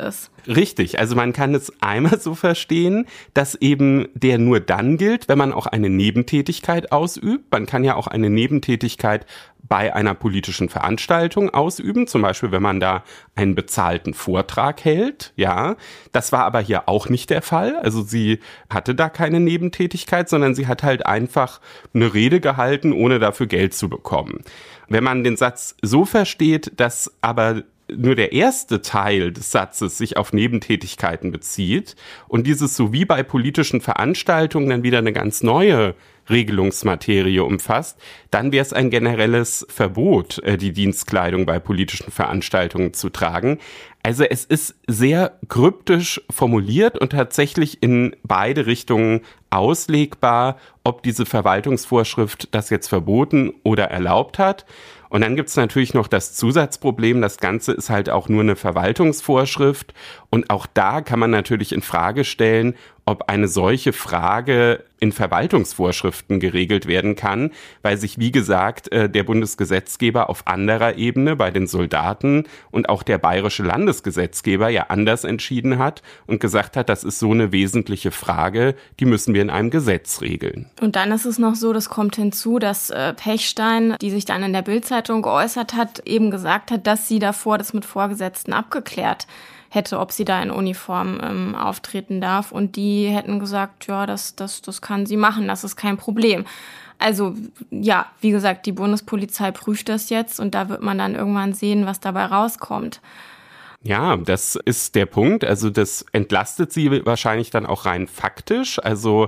Richtig, also man kann es einmal so verstehen, dass eben der nur dann gilt, wenn man auch eine Nebentätigkeit ausübt. Man kann ja auch eine Nebentätigkeit bei einer politischen Veranstaltung ausüben, zum Beispiel wenn man da einen bezahlten Vortrag hält, ja. Das war aber hier auch nicht der Fall, also sie hatte da keine Nebentätigkeit, sondern sie hat halt einfach eine Rede gehalten, ohne dafür Geld zu bekommen. Wenn man den Satz so versteht, dass aber nur der erste Teil des Satzes sich auf Nebentätigkeiten bezieht und dieses so wie bei politischen Veranstaltungen dann wieder eine ganz neue Regelungsmaterie umfasst, dann wäre es ein generelles Verbot, die Dienstkleidung bei politischen Veranstaltungen zu tragen. Also es ist sehr kryptisch formuliert und tatsächlich in beide Richtungen auslegbar, ob diese Verwaltungsvorschrift das jetzt verboten oder erlaubt hat. Und dann gibt's natürlich noch das Zusatzproblem, das Ganze ist halt auch nur eine Verwaltungsvorschrift und auch da kann man natürlich in Frage stellen, ob eine solche Frage in Verwaltungsvorschriften geregelt werden kann, weil sich, wie gesagt, der Bundesgesetzgeber auf anderer Ebene bei den Soldaten und auch der bayerische Landesgesetzgeber ja anders entschieden hat und gesagt hat, das ist so eine wesentliche Frage, die müssen wir in einem Gesetz regeln. Und dann ist es noch so, das kommt hinzu, dass Pechstein, die sich dann in der Bild-Zeitung geäußert hat, eben gesagt hat, dass sie davor das mit Vorgesetzten abgeklärt hätte, ob sie da in Uniform auftreten darf. Und die hätten gesagt, ja, das kann sie machen, das ist kein Problem. Also ja, wie gesagt, die Bundespolizei prüft das jetzt und da wird man dann irgendwann sehen, was dabei rauskommt. Ja, das ist der Punkt. Also das entlastet sie wahrscheinlich dann auch rein faktisch. Also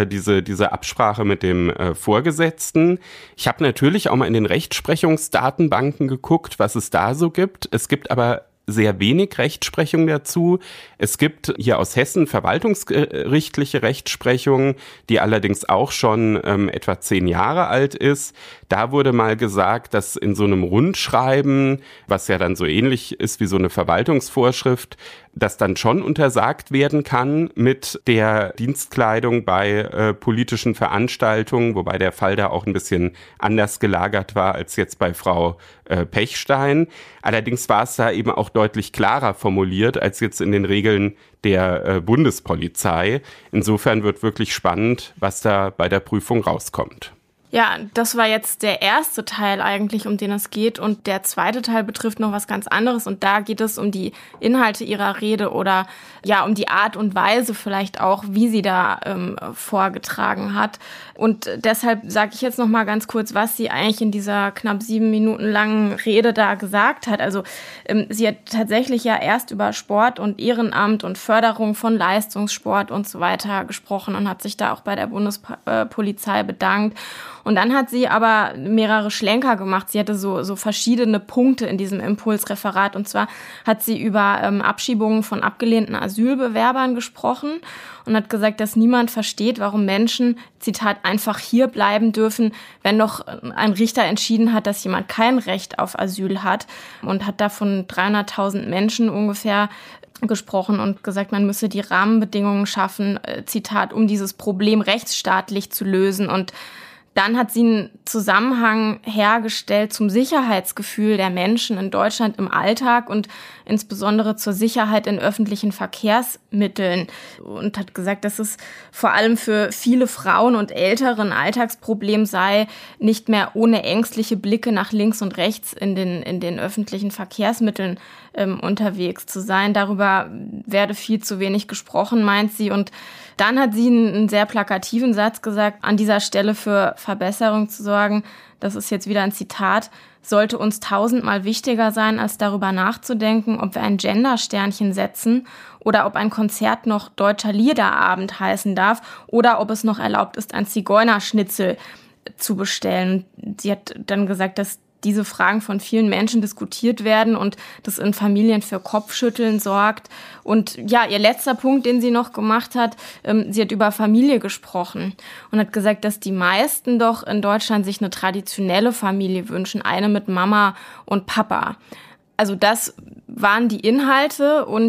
diese Absprache mit dem Vorgesetzten. Ich habe natürlich auch mal in den Rechtsprechungsdatenbanken geguckt, was es da so gibt. Es gibt aber sehr wenig Rechtsprechung dazu. Es gibt hier aus Hessen verwaltungsgerichtliche Rechtsprechung, die allerdings auch schon etwa 10 Jahre alt ist. Da wurde mal gesagt, dass in so einem Rundschreiben, was ja dann so ähnlich ist wie so eine Verwaltungsvorschrift, das dann schon untersagt werden kann mit der Dienstkleidung bei politischen Veranstaltungen, wobei der Fall da auch ein bisschen anders gelagert war als jetzt bei Frau Pechstein. Allerdings war es da eben auch deutlich klarer formuliert als jetzt in den Regeln der Bundespolizei. Insofern wird wirklich spannend, was da bei der Prüfung rauskommt. Ja, das war jetzt der erste Teil eigentlich, um den es geht. Und der zweite Teil betrifft noch was ganz anderes. Und da geht es um die Inhalte ihrer Rede oder ja, um die Art und Weise vielleicht auch, wie sie da vorgetragen hat. Und deshalb sage ich jetzt noch mal ganz kurz, was sie eigentlich in dieser knapp 7 Minuten langen Rede da gesagt hat. Also sie hat tatsächlich ja erst über Sport und Ehrenamt und Förderung von Leistungssport und so weiter gesprochen und hat sich da auch bei der Bundespolizei bedankt. Und dann hat sie aber mehrere Schlenker gemacht. Sie hatte so verschiedene Punkte in diesem Impulsreferat. Und zwar hat sie über Abschiebungen von abgelehnten Asylbewerbern gesprochen und hat gesagt, dass niemand versteht, warum Menschen, Zitat, einfach hier bleiben dürfen, wenn doch ein Richter entschieden hat, dass jemand kein Recht auf Asyl hat. Und hat da von 300.000 Menschen ungefähr gesprochen und gesagt, man müsse die Rahmenbedingungen schaffen, Zitat, um dieses Problem rechtsstaatlich zu lösen. Und dann hat sie einen Zusammenhang hergestellt zum Sicherheitsgefühl der Menschen in Deutschland im Alltag und insbesondere zur Sicherheit in öffentlichen Verkehrsmitteln und hat gesagt, dass es vor allem für viele Frauen und Ältere ein Alltagsproblem sei, nicht mehr ohne ängstliche Blicke nach links und rechts in den öffentlichen Verkehrsmitteln unterwegs zu sein. Darüber werde viel zu wenig gesprochen, meint sie. Und dann hat sie einen sehr plakativen Satz gesagt, an dieser Stelle für Verbesserung zu sorgen. Das ist jetzt wieder ein Zitat. Sollte uns 1000-mal wichtiger sein, als darüber nachzudenken, ob wir ein Gendersternchen setzen oder ob ein Konzert noch Deutscher Liederabend heißen darf oder ob es noch erlaubt ist, ein Zigeunerschnitzel zu bestellen. Sie hat dann gesagt, dass diese Fragen von vielen Menschen diskutiert werden und das in Familien für Kopfschütteln sorgt. Und ja, ihr letzter Punkt, den sie noch gemacht hat, sie hat über Familie gesprochen und hat gesagt, dass die meisten doch in Deutschland sich eine traditionelle Familie wünschen, eine mit Mama und Papa. Also das waren die Inhalte und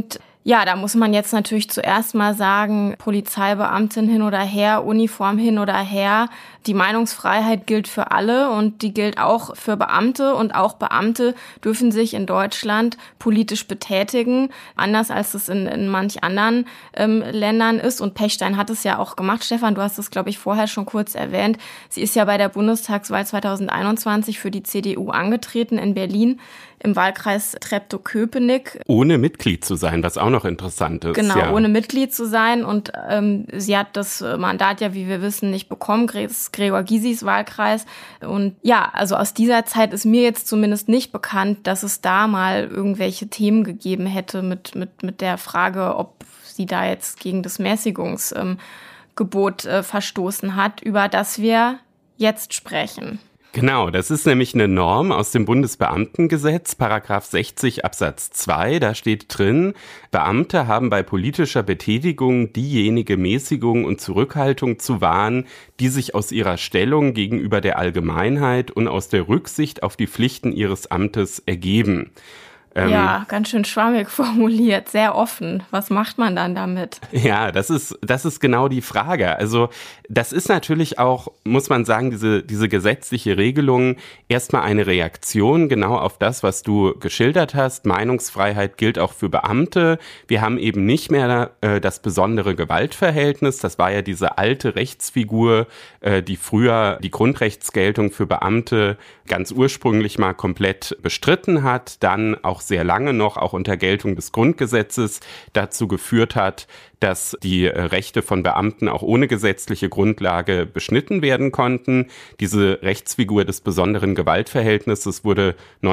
Ja, da muss man jetzt natürlich zuerst mal sagen, Polizeibeamtin hin oder her, Uniform hin oder her. Die Meinungsfreiheit gilt für alle und die gilt auch für Beamte. Und auch Beamte dürfen sich in Deutschland politisch betätigen, anders als es in manch anderen Ländern ist. Und Pechstein hat es ja auch gemacht. Stefan, du hast es, glaube ich, vorher schon kurz erwähnt. Sie ist ja bei der Bundestagswahl 2021 für die CDU angetreten in Berlin im Wahlkreis Treptow-Köpenick. Ohne Mitglied zu sein, was auch noch interessant ist. Genau, ja. Ohne Mitglied zu sein. Und sie hat das Mandat ja, wie wir wissen, nicht bekommen. Gregor Gysis Wahlkreis. Und ja, also aus dieser Zeit ist mir jetzt zumindest nicht bekannt, dass es da mal irgendwelche Themen gegeben hätte mit der Frage, ob sie da jetzt gegen das Mäßigungsgebot verstoßen hat, über das wir jetzt sprechen. Genau, das ist nämlich eine Norm aus dem Bundesbeamtengesetz, Paragraph 60 Absatz 2. Da steht drin, Beamte haben bei politischer Betätigung diejenige Mäßigung und Zurückhaltung zu wahren, die sich aus ihrer Stellung gegenüber der Allgemeinheit und aus der Rücksicht auf die Pflichten ihres Amtes ergeben. Ja, ganz schön schwammig formuliert, sehr offen. Was macht man dann damit? Ja, das ist genau die Frage. Also das ist natürlich auch, muss man sagen, diese gesetzliche Regelung erstmal eine Reaktion genau auf das, was du geschildert hast. Meinungsfreiheit gilt auch für Beamte. Wir haben eben nicht mehr das besondere Gewaltverhältnis. Das war ja diese alte Rechtsfigur, die früher die Grundrechtsgeltung für Beamte ganz ursprünglich mal komplett bestritten hat, dann auch sehr lange noch, auch unter Geltung des Grundgesetzes, dazu geführt hat, dass die Rechte von Beamten auch ohne gesetzliche Grundlage beschnitten werden konnten. Diese Rechtsfigur des besonderen Gewaltverhältnisses wurde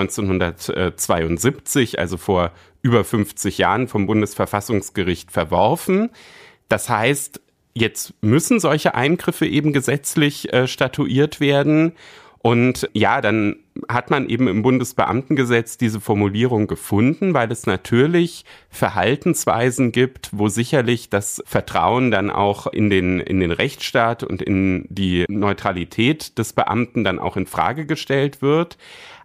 1972, also vor über 50 Jahren, vom Bundesverfassungsgericht verworfen. Das heißt, jetzt müssen solche Eingriffe eben gesetzlich statuiert werden. Und ja, dann hat man eben im Bundesbeamtengesetz diese Formulierung gefunden, weil es natürlich Verhaltensweisen gibt, wo sicherlich das Vertrauen dann auch in den Rechtsstaat und in die Neutralität des Beamten dann auch in Frage gestellt wird.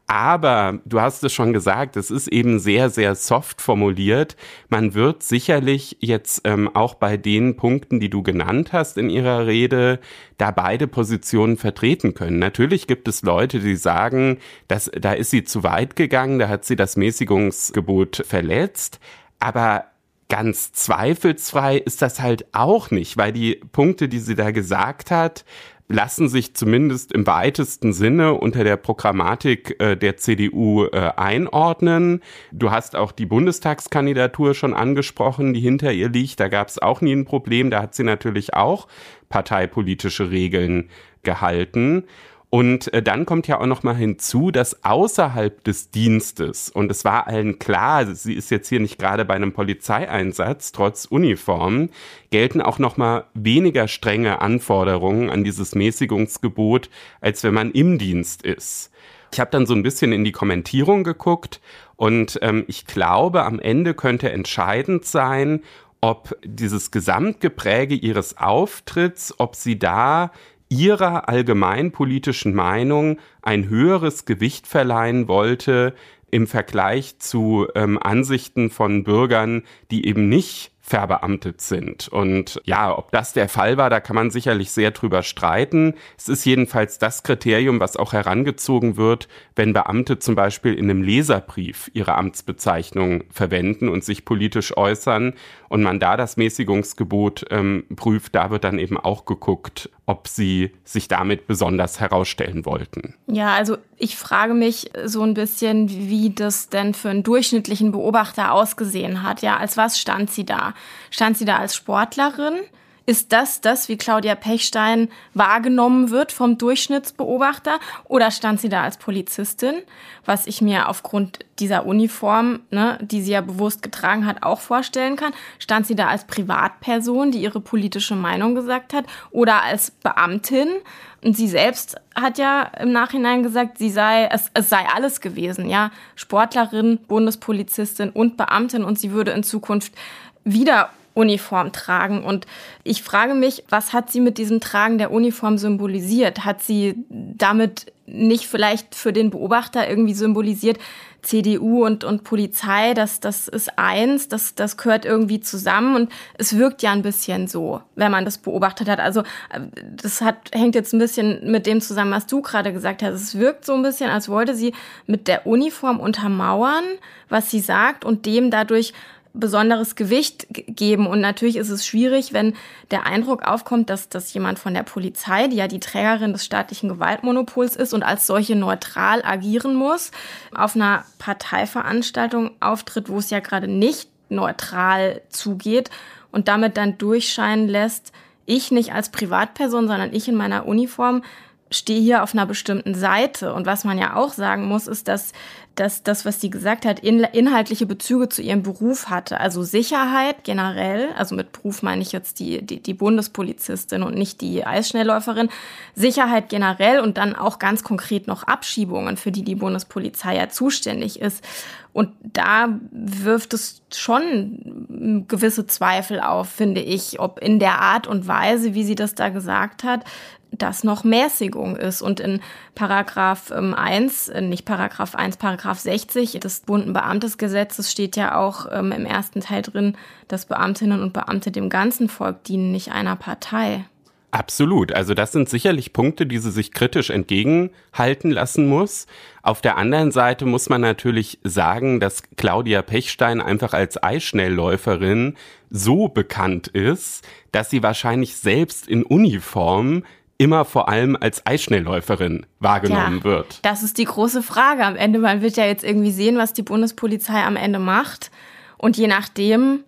Aber du hast es schon gesagt, es ist eben sehr, sehr soft formuliert. Man wird sicherlich jetzt auch bei den Punkten, die du genannt hast in ihrer Rede, da beide Positionen vertreten können. Natürlich gibt es Leute, die sagen, da ist sie zu weit gegangen, da hat sie das Mäßigungsgebot verletzt. Aber ganz zweifelsfrei ist das halt auch nicht, weil die Punkte, die sie da gesagt hat, lassen sich zumindest im weitesten Sinne unter der Programmatik der CDU einordnen. Du hast auch die Bundestagskandidatur schon angesprochen, die hinter ihr liegt. Da gab es auch nie ein Problem. Da hat sie natürlich auch parteipolitische Regeln gehalten. Und dann kommt ja auch noch mal hinzu, dass außerhalb des Dienstes, und es war allen klar, sie ist jetzt hier nicht gerade bei einem Polizeieinsatz, trotz Uniform, gelten auch noch mal weniger strenge Anforderungen an dieses Mäßigungsgebot, als wenn man im Dienst ist. Ich habe dann so ein bisschen in die Kommentierung geguckt und ich glaube, am Ende könnte entscheidend sein, ob dieses Gesamtgepräge ihres Auftritts, ob sie da ihrer allgemeinpolitischen Meinung ein höheres Gewicht verleihen wollte im Vergleich zu Ansichten von Bürgern, die eben nicht verbeamtet sind. Und ja, ob das der Fall war, da kann man sicherlich sehr drüber streiten. Es ist jedenfalls das Kriterium, was auch herangezogen wird, wenn Beamte zum Beispiel in einem Leserbrief ihre Amtsbezeichnung verwenden und sich politisch äußern und man da das Mäßigungsgebot prüft, da wird dann eben auch geguckt, ob sie sich damit besonders herausstellen wollten. Ja, also ich frage mich so ein bisschen, wie das denn für einen durchschnittlichen Beobachter ausgesehen hat. Ja, als was stand sie da? Stand sie da als Sportlerin? Ist das, wie Claudia Pechstein wahrgenommen wird vom Durchschnittsbeobachter? Oder stand sie da als Polizistin, was ich mir aufgrund dieser Uniform, die sie ja bewusst getragen hat, auch vorstellen kann? Stand sie da als Privatperson, die ihre politische Meinung gesagt hat? Oder als Beamtin? Und sie selbst hat ja im Nachhinein gesagt, es sei alles gewesen, ja. Sportlerin, Bundespolizistin und Beamtin, und sie würde in Zukunft wieder Uniform tragen. Und ich frage mich, was hat sie mit diesem Tragen der Uniform symbolisiert? Hat sie damit nicht vielleicht für den Beobachter irgendwie symbolisiert, CDU und Polizei, das ist eins, das gehört irgendwie zusammen und es wirkt ja ein bisschen so, wenn man das beobachtet hat. Also das hängt jetzt ein bisschen mit dem zusammen, was du gerade gesagt hast. Es wirkt so ein bisschen, als wollte sie mit der Uniform untermauern, was sie sagt und dem dadurch besonderes Gewicht geben. Und natürlich ist es schwierig, wenn der Eindruck aufkommt, dass jemand von der Polizei, die ja die Trägerin des staatlichen Gewaltmonopols ist und als solche neutral agieren muss, auf einer Parteiveranstaltung auftritt, wo es ja gerade nicht neutral zugeht und damit dann durchscheinen lässt, ich nicht als Privatperson, sondern ich in meiner Uniform stehe hier auf einer bestimmten Seite. Und was man ja auch sagen muss, ist, dass das, was sie gesagt hat, inhaltliche Bezüge zu ihrem Beruf hatte. Also Sicherheit generell, also mit Beruf meine ich jetzt die Bundespolizistin und nicht die Eisschnellläuferin. Sicherheit generell und dann auch ganz konkret noch Abschiebungen, für die Bundespolizei ja zuständig ist. Und da wirft es schon gewisse Zweifel auf, finde ich, ob in der Art und Weise, wie sie das da gesagt hat, das noch Mäßigung ist. Und in Paragraph 1, nicht Paragraph 1, Paragraph 60 des Bundenbeamtesgesetzes steht ja auch im ersten Teil drin, dass Beamtinnen und Beamte dem ganzen Volk dienen, nicht einer Partei. Absolut. Also das sind sicherlich Punkte, die sie sich kritisch entgegenhalten lassen muss. Auf der anderen Seite muss man natürlich sagen, dass Claudia Pechstein einfach als Eisschnellläuferin so bekannt ist, dass sie wahrscheinlich selbst in Uniform immer vor allem als Eisschnellläuferin wahrgenommen wird. Das ist die große Frage am Ende. Man wird ja jetzt irgendwie sehen, was die Bundespolizei am Ende macht. Und je nachdem,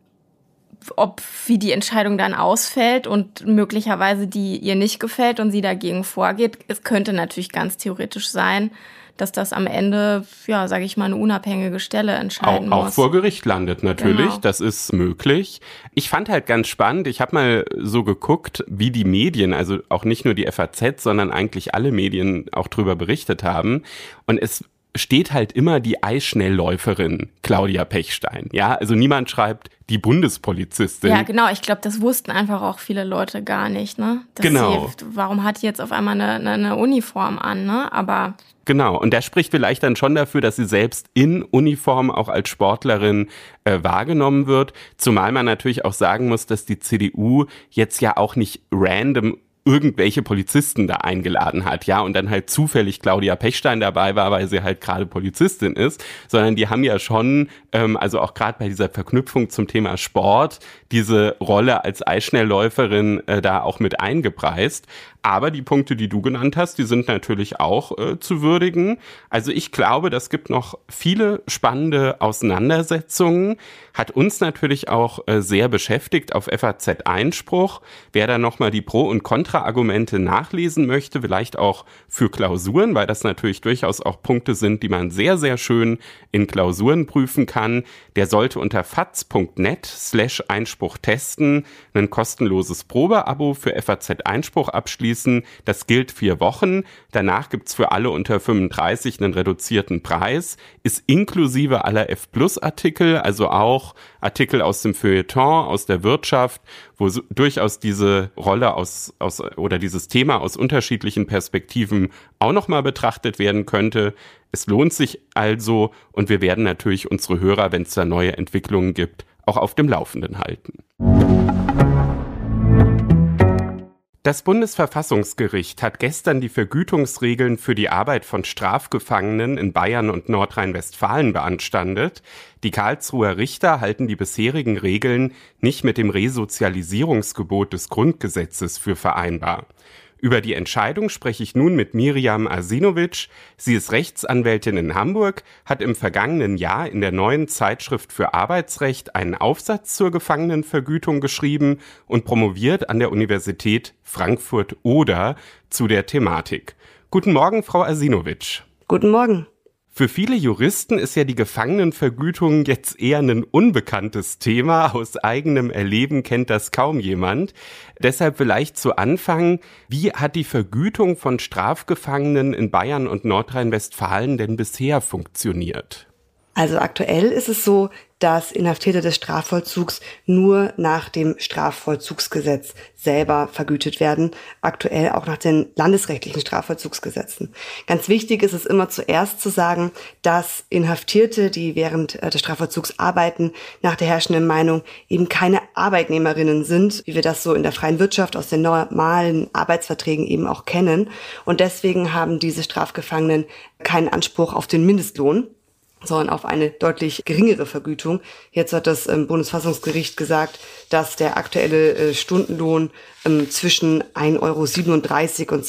wie die Entscheidung dann ausfällt und möglicherweise die ihr nicht gefällt und sie dagegen vorgeht, es könnte natürlich ganz theoretisch sein, dass das am Ende, ja, sage ich mal, eine unabhängige Stelle entscheiden muss. Auch vor Gericht landet natürlich, genau. Das ist möglich. Ich fand halt ganz spannend, ich habe mal so geguckt, wie die Medien, also auch nicht nur die FAZ, sondern eigentlich alle Medien auch drüber berichtet haben. Und es steht halt immer die Eisschnellläuferin Claudia Pechstein. Ja, also niemand schreibt die Bundespolizistin. Ja, genau. Ich glaube, das wussten einfach auch viele Leute gar nicht, ne? Genau. Warum hat die jetzt auf einmal eine Uniform an, ne? Aber genau. Und der spricht vielleicht dann schon dafür, dass sie selbst in Uniform auch als Sportlerin wahrgenommen wird. Zumal man natürlich auch sagen muss, dass die CDU jetzt ja auch nicht random irgendwelche Polizisten da eingeladen hat, ja, und dann halt zufällig Claudia Pechstein dabei war, weil sie halt gerade Polizistin ist, sondern die haben ja schon, also auch gerade bei dieser Verknüpfung zum Thema Sport, diese Rolle als Eisschnellläuferin da auch mit eingepreist. Aber die Punkte, die du genannt hast, die sind natürlich auch zu würdigen. Also ich glaube, das gibt noch viele spannende Auseinandersetzungen. Hat uns natürlich auch sehr beschäftigt auf FAZ Einspruch. Wer da nochmal die Pro- und Kontra-Argumente nachlesen möchte, vielleicht auch für Klausuren, weil das natürlich durchaus auch Punkte sind, die man sehr, sehr schön in Klausuren prüfen kann, der sollte unter faz.net/Einspruch testen ein kostenloses Probeabo für FAZ Einspruch abschließen. Das gilt 4 Wochen. Danach gibt's für alle unter 35 einen reduzierten Preis. Ist inklusive aller F+-Artikel, also auch Artikel aus dem Feuilleton, aus der Wirtschaft, wo durchaus diese Rolle oder dieses Thema aus unterschiedlichen Perspektiven auch nochmal betrachtet werden könnte. Es lohnt sich also und wir werden natürlich unsere Hörer, wenn es da neue Entwicklungen gibt, auch auf dem Laufenden halten. Das Bundesverfassungsgericht hat gestern die Vergütungsregeln für die Arbeit von Strafgefangenen in Bayern und Nordrhein-Westfalen beanstandet. Die Karlsruher Richter halten die bisherigen Regeln nicht mit dem Resozialisierungsgebot des Grundgesetzes für vereinbar. Über die Entscheidung spreche ich nun mit Miriam Asinovic. Sie ist Rechtsanwältin in Hamburg, hat im vergangenen Jahr in der Neuen Zeitschrift für Arbeitsrecht einen Aufsatz zur Gefangenenvergütung geschrieben und promoviert an der Universität Frankfurt-Oder zu der Thematik. Guten Morgen, Frau Asinovic. Guten Morgen. Für viele Juristen ist ja die Gefangenenvergütung jetzt eher ein unbekanntes Thema. Aus eigenem Erleben kennt das kaum jemand. Deshalb vielleicht zu Anfang, wie hat die Vergütung von Strafgefangenen in Bayern und Nordrhein-Westfalen denn bisher funktioniert? Also aktuell ist es so, dass Inhaftierte des Strafvollzugs nur nach dem Strafvollzugsgesetz selber vergütet werden, aktuell auch nach den landesrechtlichen Strafvollzugsgesetzen. Ganz wichtig ist es immer zuerst zu sagen, dass Inhaftierte, die während des Strafvollzugs arbeiten, nach der herrschenden Meinung eben keine Arbeitnehmerinnen sind, wie wir das so in der freien Wirtschaft aus den normalen Arbeitsverträgen eben auch kennen. Und deswegen haben diese Strafgefangenen keinen Anspruch auf den Mindestlohn, sondern auf eine deutlich geringere Vergütung. Jetzt hat das Bundesverfassungsgericht gesagt, dass der aktuelle Stundenlohn zwischen 1,37 € und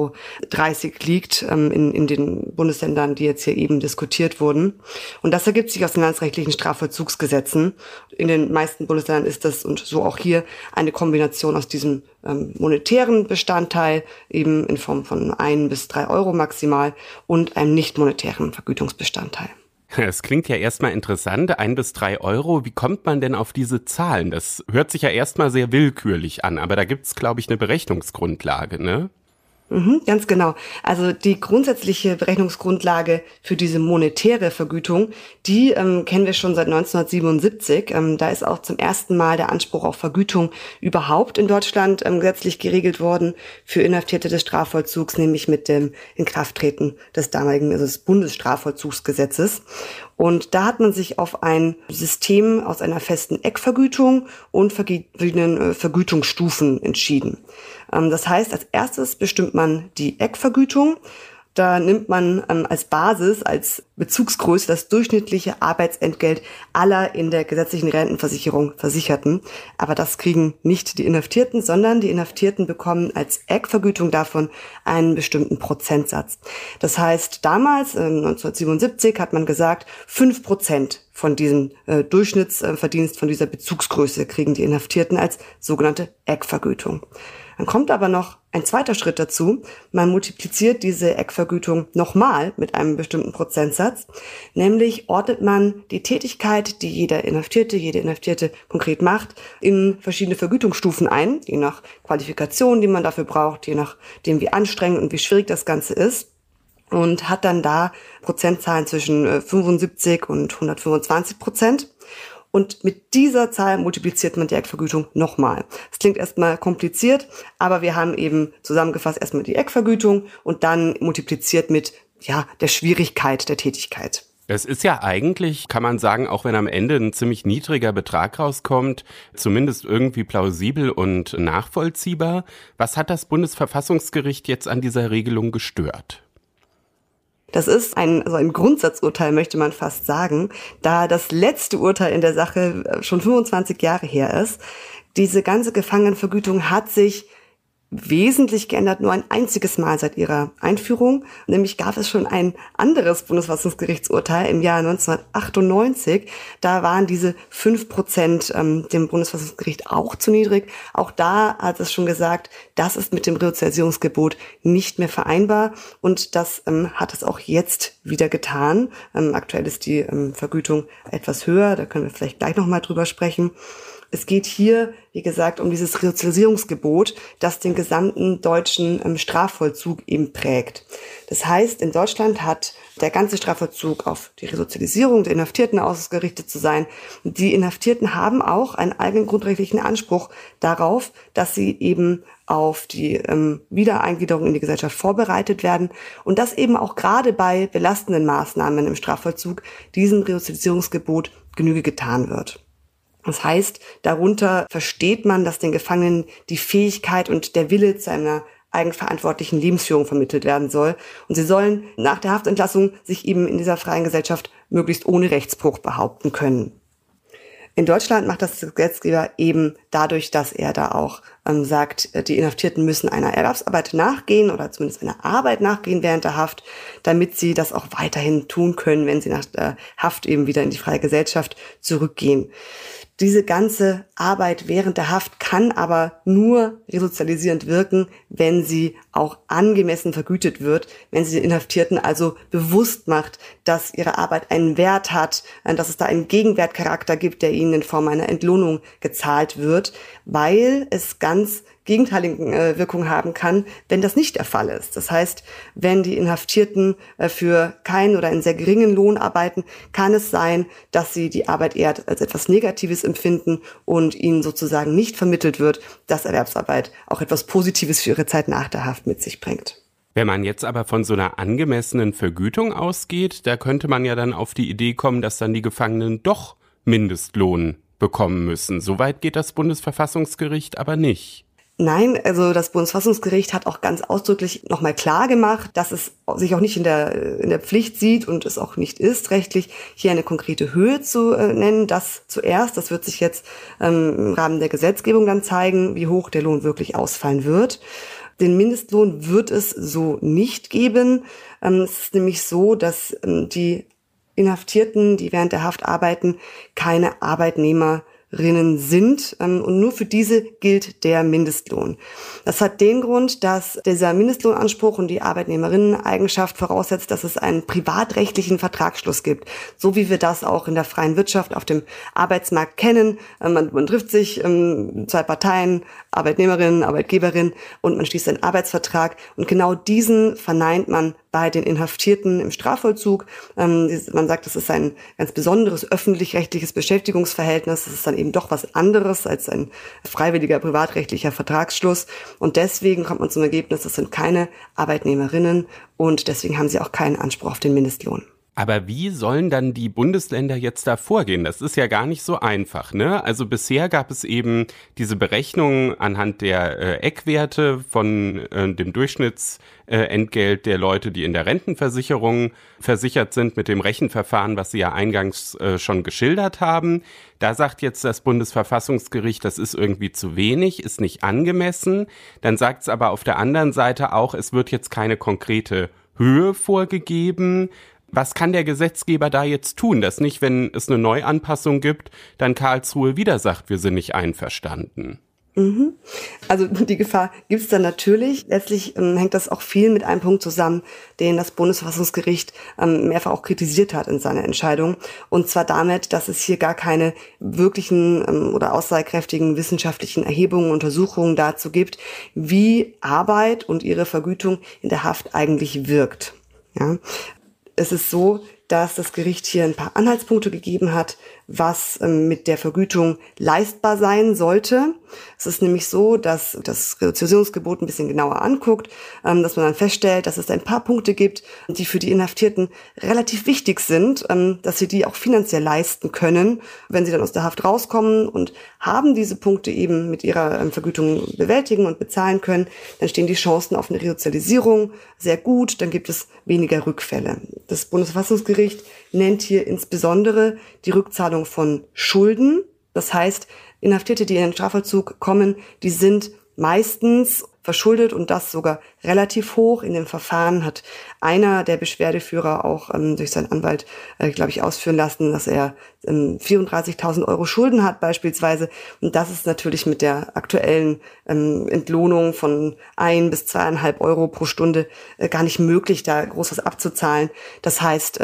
2,30 € liegt in den Bundesländern, die jetzt hier eben diskutiert wurden. Und das ergibt sich aus den landesrechtlichen Strafvollzugsgesetzen. In den meisten Bundesländern ist das, und so auch hier, eine Kombination aus diesem monetären Bestandteil, eben in Form von 1 bis 3 € maximal, und einem nicht monetären Vergütungsbestandteil. Es klingt ja erstmal interessant, 1 bis 3 €. Wie kommt man denn auf diese Zahlen? Das hört sich ja erstmal sehr willkürlich an, aber da gibt's, glaube ich, eine Berechnungsgrundlage, ne? Ganz genau. Also die grundsätzliche Berechnungsgrundlage für diese monetäre Vergütung, die kennen wir schon seit 1977. Da ist auch zum ersten Mal der Anspruch auf Vergütung überhaupt in Deutschland gesetzlich geregelt worden für Inhaftierte des Strafvollzugs, nämlich mit dem Inkrafttreten des damaligen, also des Bundesstrafvollzugsgesetzes. Und da hat man sich auf ein System aus einer festen Eckvergütung und verschiedenen Vergütungsstufen entschieden. Das heißt, als erstes bestimmt man die Eckvergütung. Da nimmt man als Basis, als Bezugsgröße das durchschnittliche Arbeitsentgelt aller in der gesetzlichen Rentenversicherung Versicherten. Aber das kriegen nicht die Inhaftierten, sondern die Inhaftierten bekommen als Eckvergütung davon einen bestimmten Prozentsatz. Das heißt, damals, 1977, hat man gesagt, 5% von diesem Durchschnittsverdienst, von dieser Bezugsgröße kriegen die Inhaftierten als sogenannte Eckvergütung. Dann kommt aber noch ein zweiter Schritt dazu. Man multipliziert diese Eckvergütung nochmal mit einem bestimmten Prozentsatz. Nämlich ordnet man die Tätigkeit, die jede Inhaftierte konkret macht, in verschiedene Vergütungsstufen ein, je nach Qualifikation, die man dafür braucht, je nachdem, wie anstrengend und wie schwierig das Ganze ist. Und hat dann da Prozentzahlen zwischen 75 und 125%. Und mit dieser Zahl multipliziert man die Eckvergütung nochmal. Das klingt erstmal kompliziert, aber wir haben eben zusammengefasst erstmal die Eckvergütung und dann multipliziert mit der Schwierigkeit der Tätigkeit. Es ist ja eigentlich, kann man sagen, auch wenn am Ende ein ziemlich niedriger Betrag rauskommt, zumindest irgendwie plausibel und nachvollziehbar. Was hat das Bundesverfassungsgericht jetzt an dieser Regelung gestört? Das ist ein Grundsatzurteil, möchte man fast sagen, da das letzte Urteil in der Sache schon 25 Jahre her ist. Diese ganze Gefangenenvergütung hat sich wesentlich geändert, nur ein einziges Mal seit ihrer Einführung. Nämlich gab es schon ein anderes Bundesverfassungsgerichtsurteil im Jahr 1998. Da waren diese 5% dem Bundesverfassungsgericht auch zu niedrig. Auch da hat es schon gesagt, das ist mit dem Resozialisierungsgebot nicht mehr vereinbar. Und das hat es auch jetzt wieder getan. Aktuell ist die Vergütung etwas höher. Da können wir vielleicht gleich nochmal drüber sprechen. Es geht hier, wie gesagt, um dieses Resozialisierungsgebot, das den gesamten deutschen Strafvollzug eben prägt. Das heißt, in Deutschland hat der ganze Strafvollzug auf die Resozialisierung der Inhaftierten ausgerichtet zu sein. Die Inhaftierten haben auch einen eigenen grundrechtlichen Anspruch darauf, dass sie eben auf die Wiedereingliederung in die Gesellschaft vorbereitet werden und dass eben auch gerade bei belastenden Maßnahmen im Strafvollzug diesem Resozialisierungsgebot Genüge getan wird. Das heißt, darunter versteht man, dass den Gefangenen die Fähigkeit und der Wille zu einer eigenverantwortlichen Lebensführung vermittelt werden soll. Und sie sollen nach der Haftentlassung sich eben in dieser freien Gesellschaft möglichst ohne Rechtsbruch behaupten können. In Deutschland macht das der Gesetzgeber eben dadurch, dass er da auch sagt, die Inhaftierten müssen einer Erwerbsarbeit nachgehen oder zumindest einer Arbeit nachgehen während der Haft, damit sie das auch weiterhin tun können, wenn sie nach der Haft eben wieder in die freie Gesellschaft zurückgehen. Diese ganze Arbeit während der Haft kann aber nur resozialisierend wirken, wenn sie auch angemessen vergütet wird, wenn sie den Inhaftierten also bewusst macht, dass ihre Arbeit einen Wert hat, dass es da einen Gegenwertcharakter gibt, der ihnen in Form einer Entlohnung gezahlt wird, weil es ganz gegenteiligen Wirkungen haben kann, wenn das nicht der Fall ist. Das heißt, wenn die Inhaftierten für keinen oder einen sehr geringen Lohn arbeiten, kann es sein, dass sie die Arbeit eher als etwas Negatives empfinden und ihnen sozusagen nicht vermittelt wird, dass Erwerbsarbeit auch etwas Positives für ihre Zeit nach der Haft mit sich bringt. Wenn man jetzt aber von so einer angemessenen Vergütung ausgeht, da könnte man ja dann auf die Idee kommen, dass dann die Gefangenen doch Mindestlohn bekommen müssen. Soweit geht das Bundesverfassungsgericht aber nicht. Nein, also das Bundesverfassungsgericht hat auch ganz ausdrücklich nochmal klar gemacht, dass es sich auch nicht in der Pflicht sieht und es auch nicht ist, rechtlich hier eine konkrete Höhe zu nennen. Das zuerst, das wird sich jetzt im Rahmen der Gesetzgebung dann zeigen, wie hoch der Lohn wirklich ausfallen wird. Den Mindestlohn wird es so nicht geben. Es ist nämlich so, dass die Inhaftierten, die während der Haft arbeiten, keine Arbeitnehmerinnen sind und nur für diese gilt der Mindestlohn. Das hat den Grund, dass dieser Mindestlohnanspruch und die Arbeitnehmerinneneigenschaft voraussetzt, dass es einen privatrechtlichen Vertragsschluss gibt, so wie wir das auch in der freien Wirtschaft auf dem Arbeitsmarkt kennen. Man trifft sich, zwei Parteien, Arbeitnehmerinnen, Arbeitgeberinnen, und man schließt einen Arbeitsvertrag, und genau diesen verneint man bei den Inhaftierten im Strafvollzug. Man sagt, das ist ein ganz besonderes öffentlich-rechtliches Beschäftigungsverhältnis. Das ist dann eben doch was anderes als ein freiwilliger privatrechtlicher Vertragsschluss. Und deswegen kommt man zum Ergebnis, das sind keine Arbeitnehmerinnen, und deswegen haben sie auch keinen Anspruch auf den Mindestlohn. Aber wie sollen dann die Bundesländer jetzt da vorgehen? Das ist ja gar nicht so einfach, ne? Also bisher gab es eben diese Berechnungen anhand der Eckwerte von dem Durchschnittsentgelt der Leute, die in der Rentenversicherung versichert sind, mit dem Rechenverfahren, was Sie ja eingangs schon geschildert haben. Da sagt jetzt das Bundesverfassungsgericht, das ist irgendwie zu wenig, ist nicht angemessen. Dann sagt es aber auf der anderen Seite auch, es wird jetzt keine konkrete Höhe vorgegeben. Was kann der Gesetzgeber da jetzt tun, dass nicht, wenn es eine Neuanpassung gibt, dann Karlsruhe wieder sagt, wir sind nicht einverstanden? Also die Gefahr gibt es dann natürlich. Letztlich hängt das auch viel mit einem Punkt zusammen, den das Bundesverfassungsgericht mehrfach auch kritisiert hat in seiner Entscheidung. Und zwar damit, dass es hier gar keine wirklichen oder aussagekräftigen wissenschaftlichen Erhebungen, Untersuchungen dazu gibt, wie Arbeit und ihre Vergütung in der Haft eigentlich wirkt. Ja. Es ist so, dass das Gericht hier ein paar Anhaltspunkte gegeben hat, was mit der Vergütung leistbar sein sollte. Es ist nämlich so, dass das Reduzierungsgebot ein bisschen genauer anguckt, dass man dann feststellt, dass es ein paar Punkte gibt, die für die Inhaftierten relativ wichtig sind, dass sie die auch finanziell leisten können, wenn sie dann aus der Haft rauskommen, und haben diese Punkte eben mit ihrer Vergütung bewältigen und bezahlen können, dann stehen die Chancen auf eine Resozialisierung sehr gut, dann gibt es weniger Rückfälle. Das Bundesverfassungsgericht nennt hier insbesondere die Rückzahlung von Schulden. Das heißt, Inhaftierte, die in den Strafvollzug kommen, die sind meistens verschuldet, und das sogar relativ hoch. In dem Verfahren hat einer der Beschwerdeführer auch durch seinen Anwalt, glaube ich, ausführen lassen, dass er 34.000 Euro Schulden hat beispielsweise. Und das ist natürlich mit der aktuellen Entlohnung von 1 bis 2,5 Euro pro Stunde gar nicht möglich, da groß was abzuzahlen. Das heißt,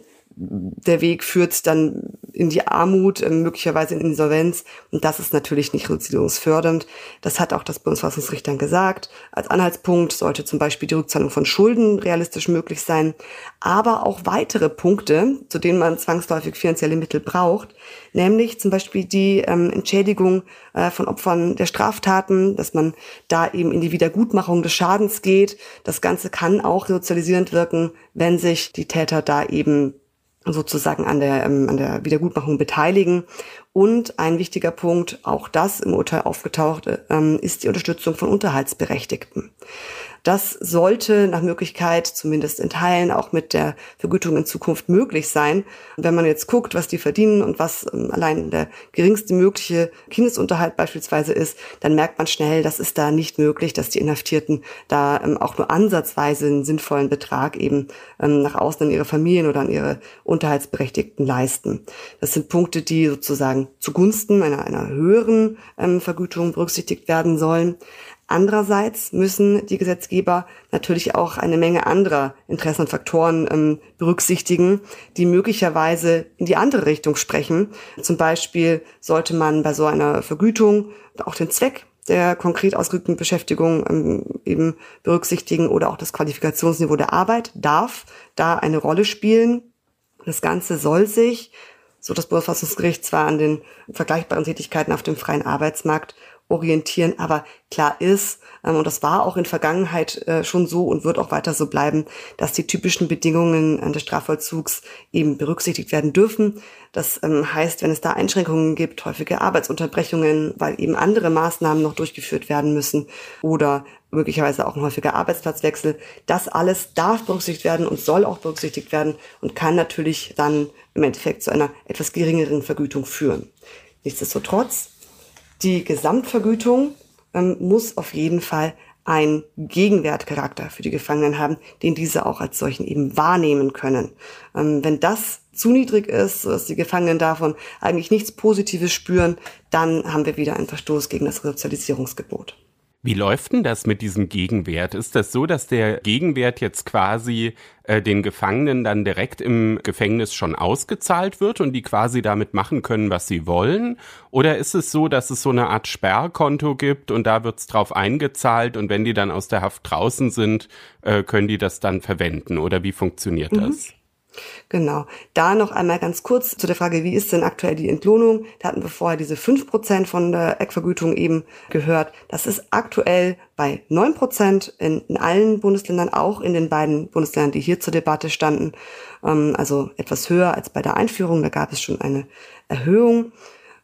der Weg führt dann in die Armut, möglicherweise in Insolvenz. Und das ist natürlich nicht reduzierungsfördernd. Das hat auch das Bundesverfassungsgericht dann gesagt. Als Anhaltspunkt sollte zum Beispiel die Rückzahlung von Schulden realistisch möglich sein. Aber auch weitere Punkte, zu denen man zwangsläufig finanzielle Mittel braucht. Nämlich zum Beispiel die Entschädigung von Opfern der Straftaten, dass man da eben in die Wiedergutmachung des Schadens geht. Das Ganze kann auch resozialisierend wirken, wenn sich die Täter da eben sozusagen an der Wiedergutmachung beteiligen. Und ein wichtiger Punkt, auch das im Urteil aufgetaucht, ist die Unterstützung von Unterhaltsberechtigten. Das sollte nach Möglichkeit, zumindest in Teilen, auch mit der Vergütung in Zukunft möglich sein. Wenn man jetzt guckt, was die verdienen und was allein der geringste mögliche Kindesunterhalt beispielsweise ist, dann merkt man schnell, das ist da nicht möglich, dass die Inhaftierten da auch nur ansatzweise einen sinnvollen Betrag eben nach außen an ihre Familien oder an ihre Unterhaltsberechtigten leisten. Das sind Punkte, die sozusagen zugunsten einer höheren Vergütung berücksichtigt werden sollen. Andererseits müssen die Gesetzgeber natürlich auch eine Menge anderer Interessen und Faktoren berücksichtigen, die möglicherweise in die andere Richtung sprechen. Zum Beispiel sollte man bei so einer Vergütung auch den Zweck der konkret ausgeübten Beschäftigung eben berücksichtigen oder auch das Qualifikationsniveau der Arbeit darf da eine Rolle spielen. Das Ganze soll sich, so das Bundesverfassungsgericht, zwar an den vergleichbaren Tätigkeiten auf dem freien Arbeitsmarkt orientieren, aber klar ist, und das war auch in Vergangenheit schon so und wird auch weiter so bleiben, dass die typischen Bedingungen des Strafvollzugs eben berücksichtigt werden dürfen. Das heißt, wenn es da Einschränkungen gibt, häufige Arbeitsunterbrechungen, weil eben andere Maßnahmen noch durchgeführt werden müssen oder möglicherweise auch ein häufiger Arbeitsplatzwechsel, das alles darf berücksichtigt werden und soll auch berücksichtigt werden und kann natürlich dann im Endeffekt zu einer etwas geringeren Vergütung führen. Nichtsdestotrotz, die Gesamtvergütung muss auf jeden Fall einen Gegenwertcharakter für die Gefangenen haben, den diese auch als solchen eben wahrnehmen können. Wenn das zu niedrig ist, sodass die Gefangenen davon eigentlich nichts Positives spüren, dann haben wir wieder einen Verstoß gegen das Resozialisierungsgebot. Wie läuft denn das mit diesem Gegenwert? Ist das so, dass der Gegenwert jetzt quasi den Gefangenen dann direkt im Gefängnis schon ausgezahlt wird und die quasi damit machen können, was sie wollen? Oder ist es so, dass es so eine Art Sperrkonto gibt und da wird's drauf eingezahlt und wenn die dann aus der Haft draußen sind, können die das dann verwenden? Oder wie funktioniert das? Genau. Da noch einmal ganz kurz zu der Frage, wie ist denn aktuell die Entlohnung? Da hatten wir vorher diese 5% von der Eckvergütung eben gehört. Das ist aktuell bei 9% in allen Bundesländern, auch in den beiden Bundesländern, die hier zur Debatte standen. Also etwas höher als bei der Einführung. Da gab es schon eine Erhöhung.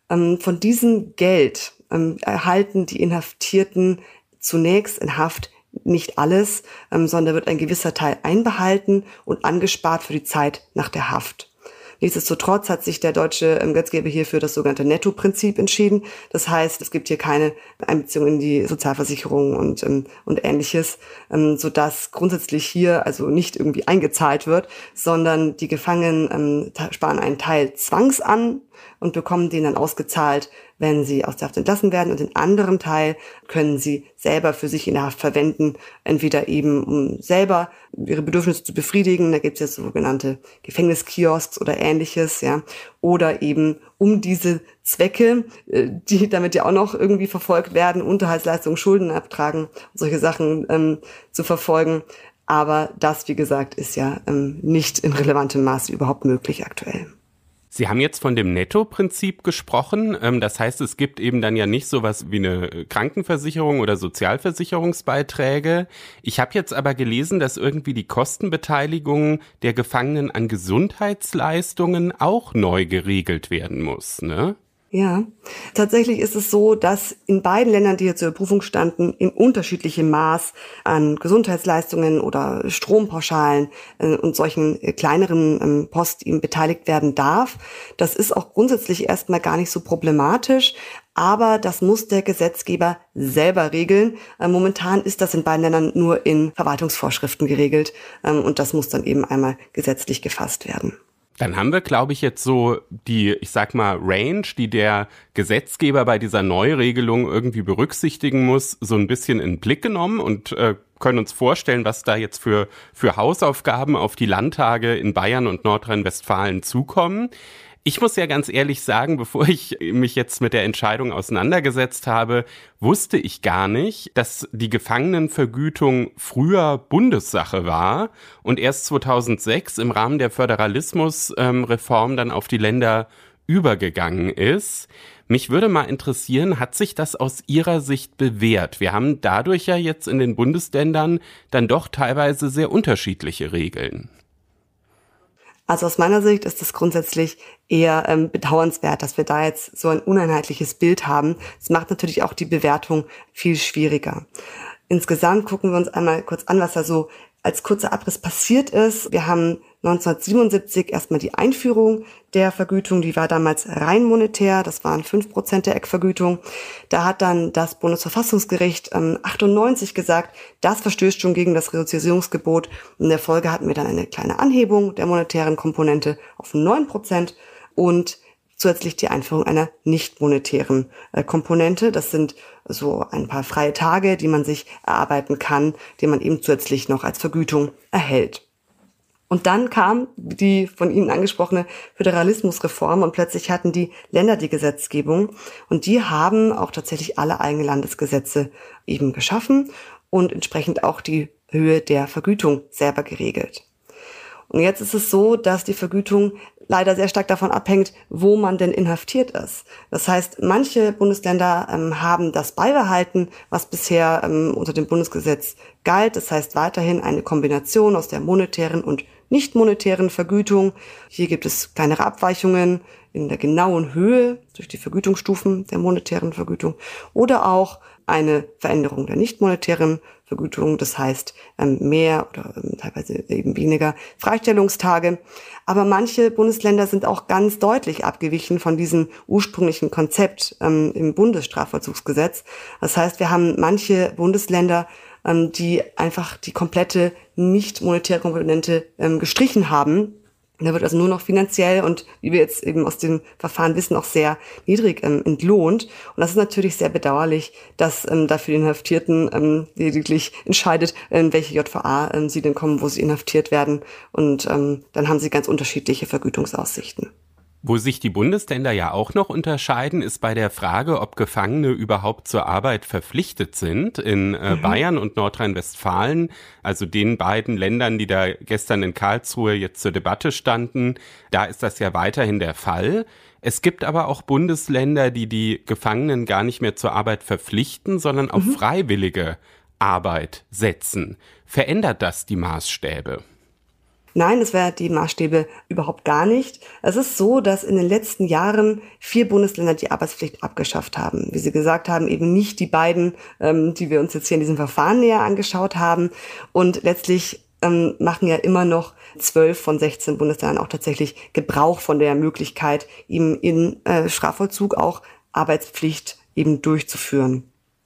Von diesem Geld erhalten die Inhaftierten zunächst in Haft nicht alles, sondern wird ein gewisser Teil einbehalten und angespart für die Zeit nach der Haft. Nichtsdestotrotz hat sich der deutsche Gesetzgeber hier für das sogenannte Nettoprinzip entschieden. Das heißt, es gibt hier keine Einbeziehung in die Sozialversicherung und Ähnliches, sodass grundsätzlich hier also nicht irgendwie eingezahlt wird, sondern die Gefangenen sparen einen Teil zwangs an und bekommen den dann ausgezahlt, wenn sie aus der Haft entlassen werden. Und den anderen Teil können sie selber für sich in der Haft verwenden, entweder eben um selber ihre Bedürfnisse zu befriedigen, da gibt es jetzt sogenannte Gefängniskiosks oder Ähnliches, ja, oder eben um diese Zwecke, die damit ja auch noch irgendwie verfolgt werden, Unterhaltsleistungen, Schulden abtragen, solche Sachen zu verfolgen. Aber das, wie gesagt, ist ja nicht in relevantem Maße überhaupt möglich aktuell. Sie haben jetzt von dem Nettoprinzip gesprochen. Das heißt, es gibt eben dann ja nicht sowas wie eine Krankenversicherung oder Sozialversicherungsbeiträge. Ich habe jetzt aber gelesen, dass irgendwie die Kostenbeteiligung der Gefangenen an Gesundheitsleistungen auch neu geregelt werden muss, ne? Ja, tatsächlich ist es so, dass in beiden Ländern, die hier zur Überprüfung standen, in unterschiedlichem Maß an Gesundheitsleistungen oder Strompauschalen und solchen kleineren Post ihm beteiligt werden darf. Das ist auch grundsätzlich erstmal gar nicht so problematisch, aber das muss der Gesetzgeber selber regeln. Momentan ist das in beiden Ländern nur in Verwaltungsvorschriften geregelt und das muss dann eben einmal gesetzlich gefasst werden. Dann haben wir, glaube ich, jetzt so die, ich sag mal, Range, die der Gesetzgeber bei dieser Neuregelung irgendwie berücksichtigen muss, so ein bisschen in den Blick genommen und können uns vorstellen, was da jetzt für Hausaufgaben auf die Landtage in Bayern und Nordrhein-Westfalen zukommen. Ich muss ja ganz ehrlich sagen, bevor ich mich jetzt mit der Entscheidung auseinandergesetzt habe, wusste ich gar nicht, dass die Gefangenenvergütung früher Bundessache war und erst 2006 im Rahmen der Föderalismusreform dann auf die Länder übergegangen ist. Mich würde mal interessieren, hat sich das aus Ihrer Sicht bewährt? Wir haben dadurch ja jetzt in den Bundesländern dann doch teilweise sehr unterschiedliche Regeln. Also aus meiner Sicht ist es grundsätzlich eher bedauernswert, dass wir da jetzt so ein uneinheitliches Bild haben. Es macht natürlich auch die Bewertung viel schwieriger. Insgesamt gucken wir uns einmal kurz an, was da so als kurzer Abriss passiert ist. Wir haben 1977 erstmal die Einführung der Vergütung, die war damals rein monetär, das waren 5% der Eckvergütung. Da hat dann das Bundesverfassungsgericht 98 gesagt, das verstößt schon gegen das Resozialisierungsgebot. In der Folge hatten wir dann eine kleine Anhebung der monetären Komponente auf 9% und zusätzlich die Einführung einer nicht monetären Komponente. Das sind so ein paar freie Tage, die man sich erarbeiten kann, die man eben zusätzlich noch als Vergütung erhält. Und dann kam die von Ihnen angesprochene Föderalismusreform und plötzlich hatten die Länder die Gesetzgebung und die haben auch tatsächlich alle eigene Landesgesetze eben geschaffen und entsprechend auch die Höhe der Vergütung selber geregelt. Und jetzt ist es so, dass die Vergütung leider sehr stark davon abhängt, wo man denn inhaftiert ist. Das heißt, manche Bundesländer haben das beibehalten, was bisher unter dem Bundesgesetz galt. Das heißt weiterhin eine Kombination aus der monetären und nicht monetären Vergütung. Hier gibt es kleinere Abweichungen in der genauen Höhe durch die Vergütungsstufen der monetären Vergütung oder auch eine Veränderung der nicht monetären Vergütung, das heißt mehr oder teilweise eben weniger Freistellungstage. Aber manche Bundesländer sind auch ganz deutlich abgewichen von diesem ursprünglichen Konzept im Bundesstrafvollzugsgesetz. Das heißt, wir haben manche Bundesländer, die einfach die komplette nicht monetäre Komponente gestrichen haben. Da wird also nur noch finanziell und, wie wir jetzt eben aus dem Verfahren wissen, auch sehr niedrig entlohnt. Und das ist natürlich sehr bedauerlich, dass dafür die Inhaftierten lediglich entscheidet, in welche JVA sie denn kommen, wo sie inhaftiert werden. Und dann haben sie ganz unterschiedliche Vergütungsaussichten. Wo sich die Bundesländer ja auch noch unterscheiden, ist bei der Frage, ob Gefangene überhaupt zur Arbeit verpflichtet sind. In Bayern und Nordrhein-Westfalen, also den beiden Ländern, die da gestern in Karlsruhe jetzt zur Debatte standen, da ist das ja weiterhin der Fall. Es gibt aber auch Bundesländer, die die Gefangenen gar nicht mehr zur Arbeit verpflichten, sondern auf freiwillige Arbeit setzen. Verändert das die Maßstäbe? Nein, das wäre die Maßstäbe überhaupt gar nicht. Es ist so, dass in den letzten Jahren 4 Bundesländer die Arbeitspflicht abgeschafft haben. Wie Sie gesagt haben, eben nicht die beiden, die wir uns jetzt hier in diesem Verfahren näher angeschaut haben. Und letztlich machen ja immer noch 12 von 16 Bundesländern auch tatsächlich Gebrauch von der Möglichkeit, eben in Strafvollzug auch Arbeitspflicht eben durchzuführen.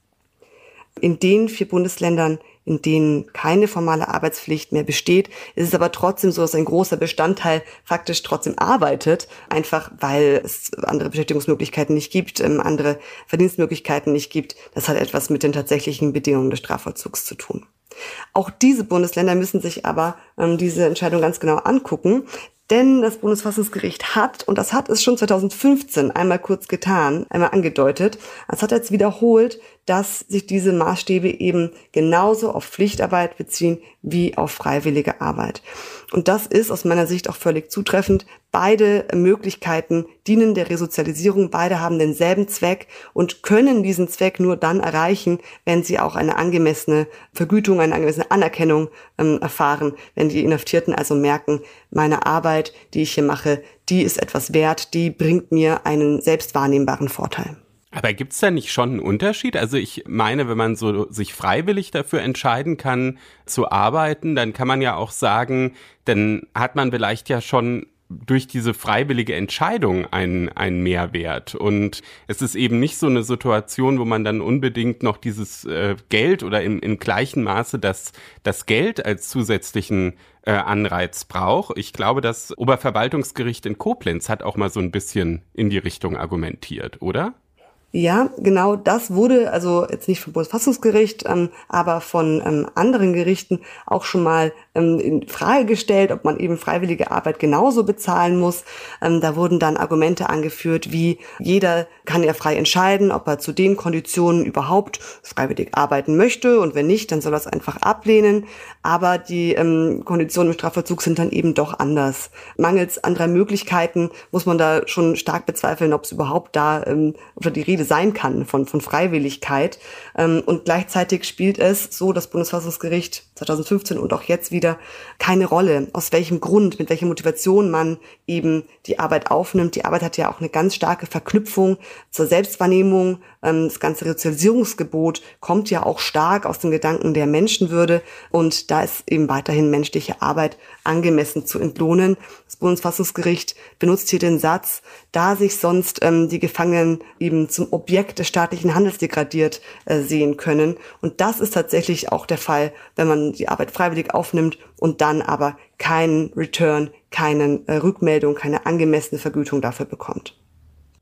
In den 4 Bundesländern, in denen keine formale Arbeitspflicht mehr besteht, ist es aber trotzdem so, dass ein großer Bestandteil faktisch trotzdem arbeitet, einfach weil es andere Beschäftigungsmöglichkeiten nicht gibt, andere Verdienstmöglichkeiten nicht gibt. Das hat etwas mit den tatsächlichen Bedingungen des Strafvollzugs zu tun. Auch diese Bundesländer müssen sich aber diese Entscheidung ganz genau angucken, denn das Bundesverfassungsgericht hat, und das hat es schon 2015 einmal kurz getan, einmal angedeutet, es hat jetzt wiederholt, dass sich diese Maßstäbe eben genauso auf Pflichtarbeit beziehen wie auf freiwillige Arbeit. Und das ist aus meiner Sicht auch völlig zutreffend. Beide Möglichkeiten dienen der Resozialisierung, beide haben denselben Zweck und können diesen Zweck nur dann erreichen, wenn sie auch eine angemessene Vergütung, eine angemessene Anerkennung erfahren, wenn die Inhaftierten also merken, meine Arbeit, die ich hier mache, die ist etwas wert, die bringt mir einen selbstwahrnehmbaren Vorteil. Aber gibt's da nicht schon einen Unterschied? Also ich meine, wenn man so sich freiwillig dafür entscheiden kann, zu arbeiten, dann kann man ja auch sagen, dann hat man vielleicht ja schon durch diese freiwillige Entscheidung einen Mehrwert. Und es ist eben nicht so eine Situation, wo man dann unbedingt noch dieses Geld oder im gleichen Maße das Geld als zusätzlichen Anreiz braucht. Ich glaube, das Oberverwaltungsgericht in Koblenz hat auch mal so ein bisschen in die Richtung argumentiert, oder? Ja, genau, das wurde also jetzt nicht vom Bundesverfassungsgericht, aber von anderen Gerichten auch schon mal in Frage gestellt, ob man eben freiwillige Arbeit genauso bezahlen muss. Da wurden dann Argumente angeführt, wie jeder kann ja frei entscheiden, ob er zu den Konditionen überhaupt freiwillig arbeiten möchte und wenn nicht, dann soll er es einfach ablehnen. Aber die Konditionen im Strafvollzug sind dann eben doch anders. Mangels anderer Möglichkeiten muss man da schon stark bezweifeln, ob es überhaupt da oder die Rede sein kann von Freiwilligkeit. Und gleichzeitig spielt es, so das Bundesverfassungsgericht 2015 und auch jetzt wieder, keine Rolle, aus welchem Grund, mit welcher Motivation man eben die Arbeit aufnimmt. Die Arbeit hat ja auch eine ganz starke Verknüpfung zur Selbstwahrnehmung. Das ganze Resozialisierungsgebot kommt ja auch stark aus dem Gedanken der Menschenwürde und da ist eben weiterhin menschliche Arbeit angemessen zu entlohnen. Das Bundesverfassungsgericht benutzt hier den Satz, da sich sonst die Gefangenen eben zum Objekt des staatlichen Handels degradiert sehen können. Und das ist tatsächlich auch der Fall, wenn man die Arbeit freiwillig aufnimmt und dann aber keinen Return, keine Rückmeldung, keine angemessene Vergütung dafür bekommt.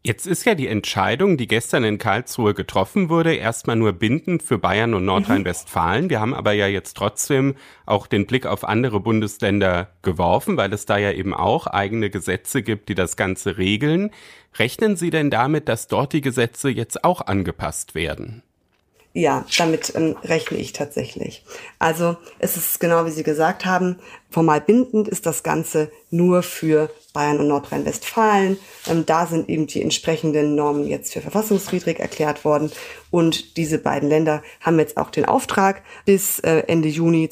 Jetzt ist ja die Entscheidung, die gestern in Karlsruhe getroffen wurde, erstmal nur bindend für Bayern und Nordrhein-Westfalen. Wir haben aber ja jetzt trotzdem auch den Blick auf andere Bundesländer geworfen, weil es da ja eben auch eigene Gesetze gibt, die das Ganze regeln. Rechnen Sie denn damit, dass dort die Gesetze jetzt auch angepasst werden? Ja, damit rechne ich tatsächlich. Also es ist genau wie Sie gesagt haben, formal bindend ist das Ganze nur für Bayern und Nordrhein-Westfalen. Da sind eben die entsprechenden Normen jetzt für verfassungswidrig erklärt worden. Und diese beiden Länder haben jetzt auch den Auftrag, bis Ende Juni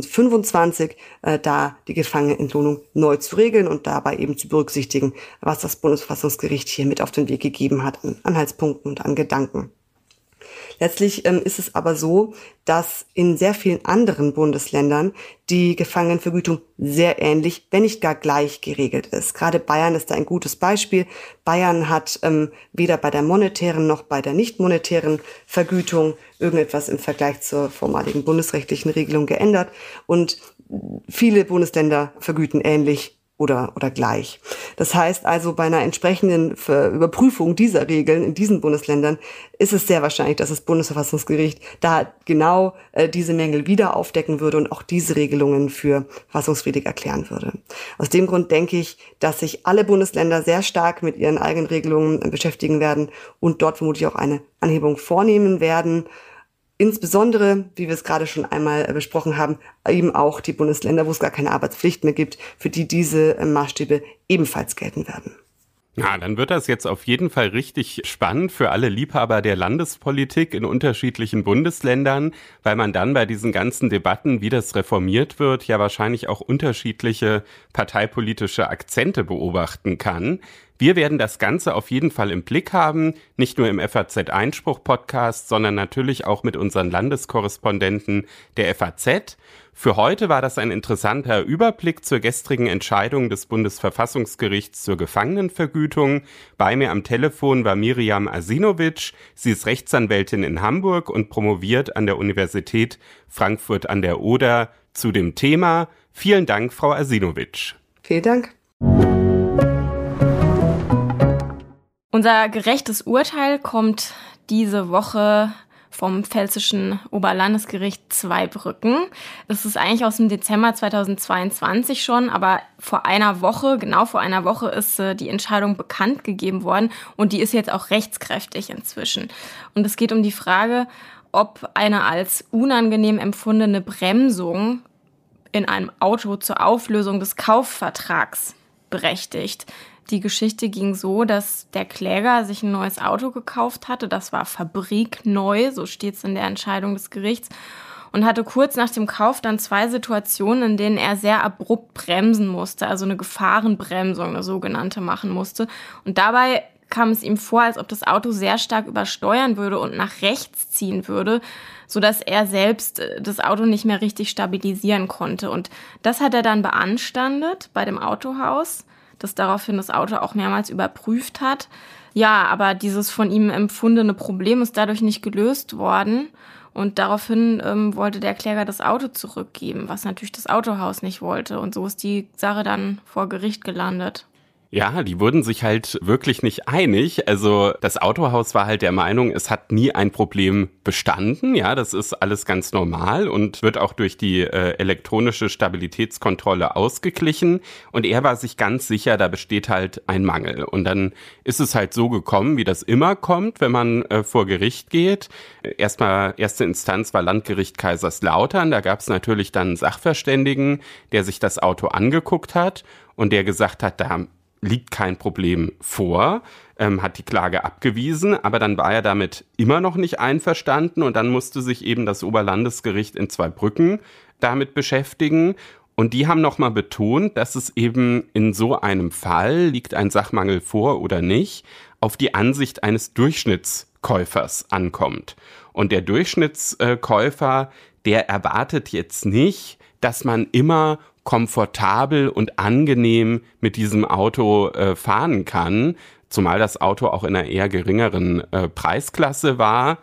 2025 da die Gefangenenentlohnung neu zu regeln und dabei eben zu berücksichtigen, was das Bundesverfassungsgericht hier mit auf den Weg gegeben hat an Anhaltspunkten und an Gedanken. Letztlich ist es aber so, dass in sehr vielen anderen Bundesländern die Gefangenenvergütung sehr ähnlich, wenn nicht gar gleich geregelt ist. Gerade Bayern ist da ein gutes Beispiel. Bayern hat weder bei der monetären noch bei der nicht monetären Vergütung irgendetwas im Vergleich zur vormaligen bundesrechtlichen Regelung geändert. Und viele Bundesländer vergüten ähnlich oder gleich. Das heißt also, bei einer entsprechenden Überprüfung dieser Regeln in diesen Bundesländern ist es sehr wahrscheinlich, dass das Bundesverfassungsgericht da genau diese Mängel wieder aufdecken würde und auch diese Regelungen für verfassungswidrig erklären würde. Aus dem Grund denke ich, dass sich alle Bundesländer sehr stark mit ihren eigenen Regelungen beschäftigen werden und dort vermutlich auch eine Anhebung vornehmen werden. Insbesondere, wie wir es gerade schon einmal besprochen haben, eben auch die Bundesländer, wo es gar keine Arbeitspflicht mehr gibt, für die diese Maßstäbe ebenfalls gelten werden. Ja, dann wird das jetzt auf jeden Fall richtig spannend für alle Liebhaber der Landespolitik in unterschiedlichen Bundesländern, weil man dann bei diesen ganzen Debatten, wie das reformiert wird, ja wahrscheinlich auch unterschiedliche parteipolitische Akzente beobachten kann. Wir werden das Ganze auf jeden Fall im Blick haben, nicht nur im FAZ-Einspruch-Podcast, sondern natürlich auch mit unseren Landeskorrespondenten der FAZ. Für heute war das ein interessanter Überblick zur gestrigen Entscheidung des Bundesverfassungsgerichts zur Gefangenenvergütung. Bei mir am Telefon war Miriam Asinovic. Sie ist Rechtsanwältin in Hamburg und promoviert an der Universität Frankfurt an der Oder zu dem Thema. Vielen Dank, Frau Asinovic. Vielen Dank. Unser gerechtes Urteil kommt diese Woche vom Pfälzischen Oberlandesgericht Zweibrücken. Das ist eigentlich aus dem Dezember 2022 schon, aber genau vor einer Woche ist die Entscheidung bekannt gegeben worden und die ist jetzt auch rechtskräftig inzwischen. Und es geht um die Frage, ob eine als unangenehm empfundene Bremsung in einem Auto zur Auflösung des Kaufvertrags berechtigt. Die Geschichte ging so, dass der Kläger sich ein neues Auto gekauft hatte. Das war fabrikneu, so steht es in der Entscheidung des Gerichts. Und hatte kurz nach dem Kauf dann 2 Situationen, in denen er sehr abrupt bremsen musste. Also eine Gefahrenbremsung, eine sogenannte, machen musste. Und dabei kam es ihm vor, als ob das Auto sehr stark übersteuern würde und nach rechts ziehen würde, sodass er selbst das Auto nicht mehr richtig stabilisieren konnte. Und das hat er dann beanstandet bei dem Autohaus, das daraufhin das Auto auch mehrmals überprüft hat. Ja, aber dieses von ihm empfundene Problem ist dadurch nicht gelöst worden. Und daraufhin wollte der Kläger das Auto zurückgeben, was natürlich das Autohaus nicht wollte. Und so ist die Sache dann vor Gericht gelandet. Ja, die wurden sich halt wirklich nicht einig. Also das Autohaus war halt der Meinung, es hat nie ein Problem bestanden. Ja, das ist alles ganz normal und wird auch durch die elektronische Stabilitätskontrolle ausgeglichen. Und er war sich ganz sicher, da besteht halt ein Mangel. Und dann ist es halt so gekommen, wie das immer kommt, wenn man vor Gericht geht. Erste Instanz war Landgericht Kaiserslautern. Da gab es natürlich dann einen Sachverständigen, der sich das Auto angeguckt hat und der gesagt hat, da liegt kein Problem vor, hat die Klage abgewiesen, aber dann war er damit immer noch nicht einverstanden und dann musste sich eben das Oberlandesgericht in Zweibrücken damit beschäftigen. Und die haben nochmal betont, dass es eben in so einem Fall, liegt ein Sachmangel vor oder nicht, auf die Ansicht eines Durchschnittskäufers ankommt. Und der Durchschnittskäufer, der erwartet jetzt nicht, dass man immer komfortabel und angenehm mit diesem Auto fahren kann, zumal das Auto auch in einer eher geringeren Preisklasse war.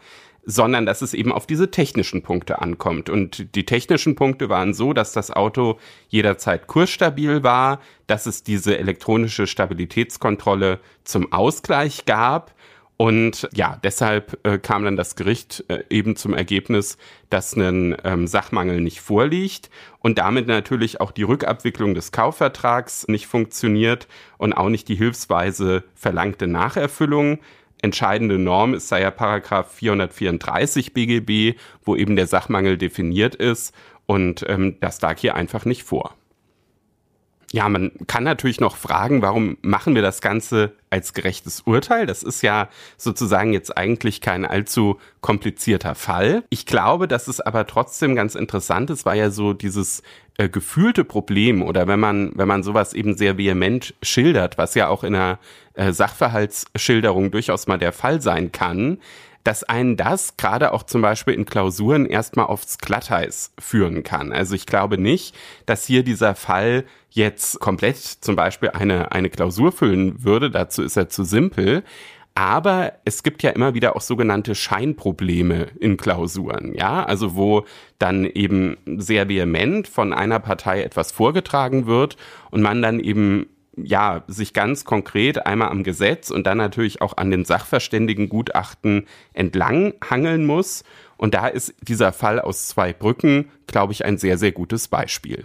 sondern dass es eben auf diese technischen Punkte ankommt. Und die technischen Punkte waren so, dass das Auto jederzeit kursstabil war, dass es diese elektronische Stabilitätskontrolle zum Ausgleich gab. Und ja, deshalb kam dann das Gericht eben zum Ergebnis, dass ein Sachmangel nicht vorliegt und damit natürlich auch die Rückabwicklung des Kaufvertrags nicht funktioniert und auch nicht die hilfsweise verlangte Nacherfüllung. Entscheidende Norm ist da ja Paragraph 434 BGB, wo eben der Sachmangel definiert ist und das lag hier einfach nicht vor. Ja, man kann natürlich noch fragen, warum machen wir das Ganze als gerechtes Urteil? Das ist ja sozusagen jetzt eigentlich kein allzu komplizierter Fall. Ich glaube, dass es aber trotzdem ganz interessant ist, weil ja so dieses gefühlte Problem oder wenn man sowas eben sehr vehement schildert, was ja auch in einer Sachverhaltsschilderung durchaus mal der Fall sein kann, dass einen das gerade auch zum Beispiel in Klausuren erstmal aufs Glatteis führen kann. Also ich glaube nicht, dass hier dieser Fall jetzt komplett zum Beispiel eine Klausur füllen würde, dazu ist er zu simpel. Aber es gibt ja immer wieder auch sogenannte Scheinprobleme in Klausuren, ja, also wo dann eben sehr vehement von einer Partei etwas vorgetragen wird und man dann eben ja, sich ganz konkret einmal am Gesetz und dann natürlich auch an den Sachverständigengutachten entlang hangeln muss. Und da ist dieser Fall aus Zweibrücken, glaube ich, ein sehr, sehr gutes Beispiel.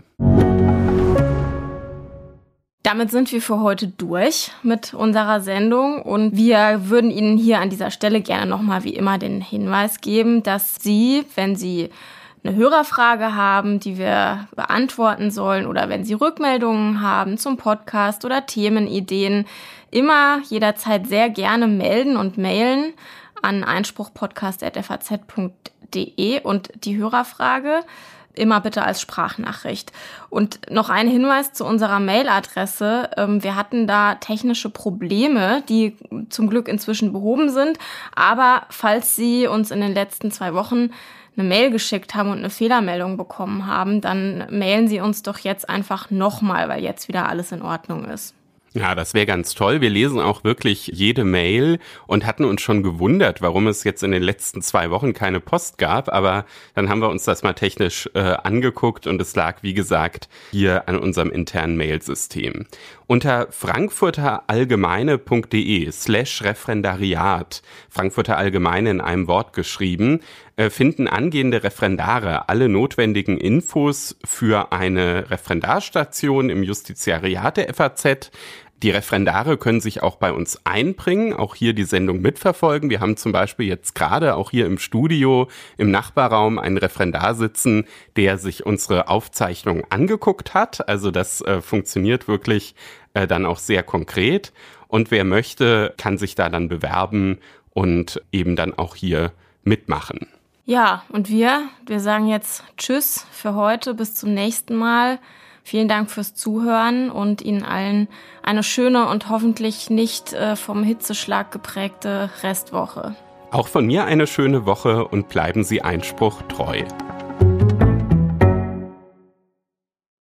Damit sind wir für heute durch mit unserer Sendung und wir würden Ihnen hier an dieser Stelle gerne nochmal wie immer den Hinweis geben, dass Sie, wenn Sie eine Hörerfrage haben, die wir beantworten sollen oder wenn Sie Rückmeldungen haben zum Podcast oder Themenideen, immer jederzeit sehr gerne melden und mailen an einspruchpodcast@faz.de und die Hörerfrage immer bitte als Sprachnachricht. Und noch ein Hinweis zu unserer Mailadresse. Wir hatten da technische Probleme, die zum Glück inzwischen behoben sind. Aber falls Sie uns in den letzten 2 Wochen eine Mail geschickt haben und eine Fehlermeldung bekommen haben, dann mailen Sie uns doch jetzt einfach nochmal, weil jetzt wieder alles in Ordnung ist. Ja, das wäre ganz toll. Wir lesen auch wirklich jede Mail und hatten uns schon gewundert, warum es jetzt in den letzten 2 Wochen keine Post gab. Aber dann haben wir uns das mal technisch angeguckt und es lag, wie gesagt, hier an unserem internen Mailsystem. Unter frankfurterallgemeine.de/Referendariat, Frankfurter Allgemeine in einem Wort geschrieben, finden angehende Referendare alle notwendigen Infos für eine Referendarstation im Justiziariat der FAZ. Die Referendare können sich auch bei uns einbringen, auch hier die Sendung mitverfolgen. Wir haben zum Beispiel jetzt gerade auch hier im Studio, im Nachbarraum einen Referendar sitzen, der sich unsere Aufzeichnung angeguckt hat. Also das funktioniert wirklich dann auch sehr konkret. Und wer möchte, kann sich da dann bewerben und eben dann auch hier mitmachen. Ja, und wir sagen jetzt Tschüss für heute, bis zum nächsten Mal. Vielen Dank fürs Zuhören und Ihnen allen eine schöne und hoffentlich nicht vom Hitzeschlag geprägte Restwoche. Auch von mir eine schöne Woche und bleiben Sie Einspruch treu.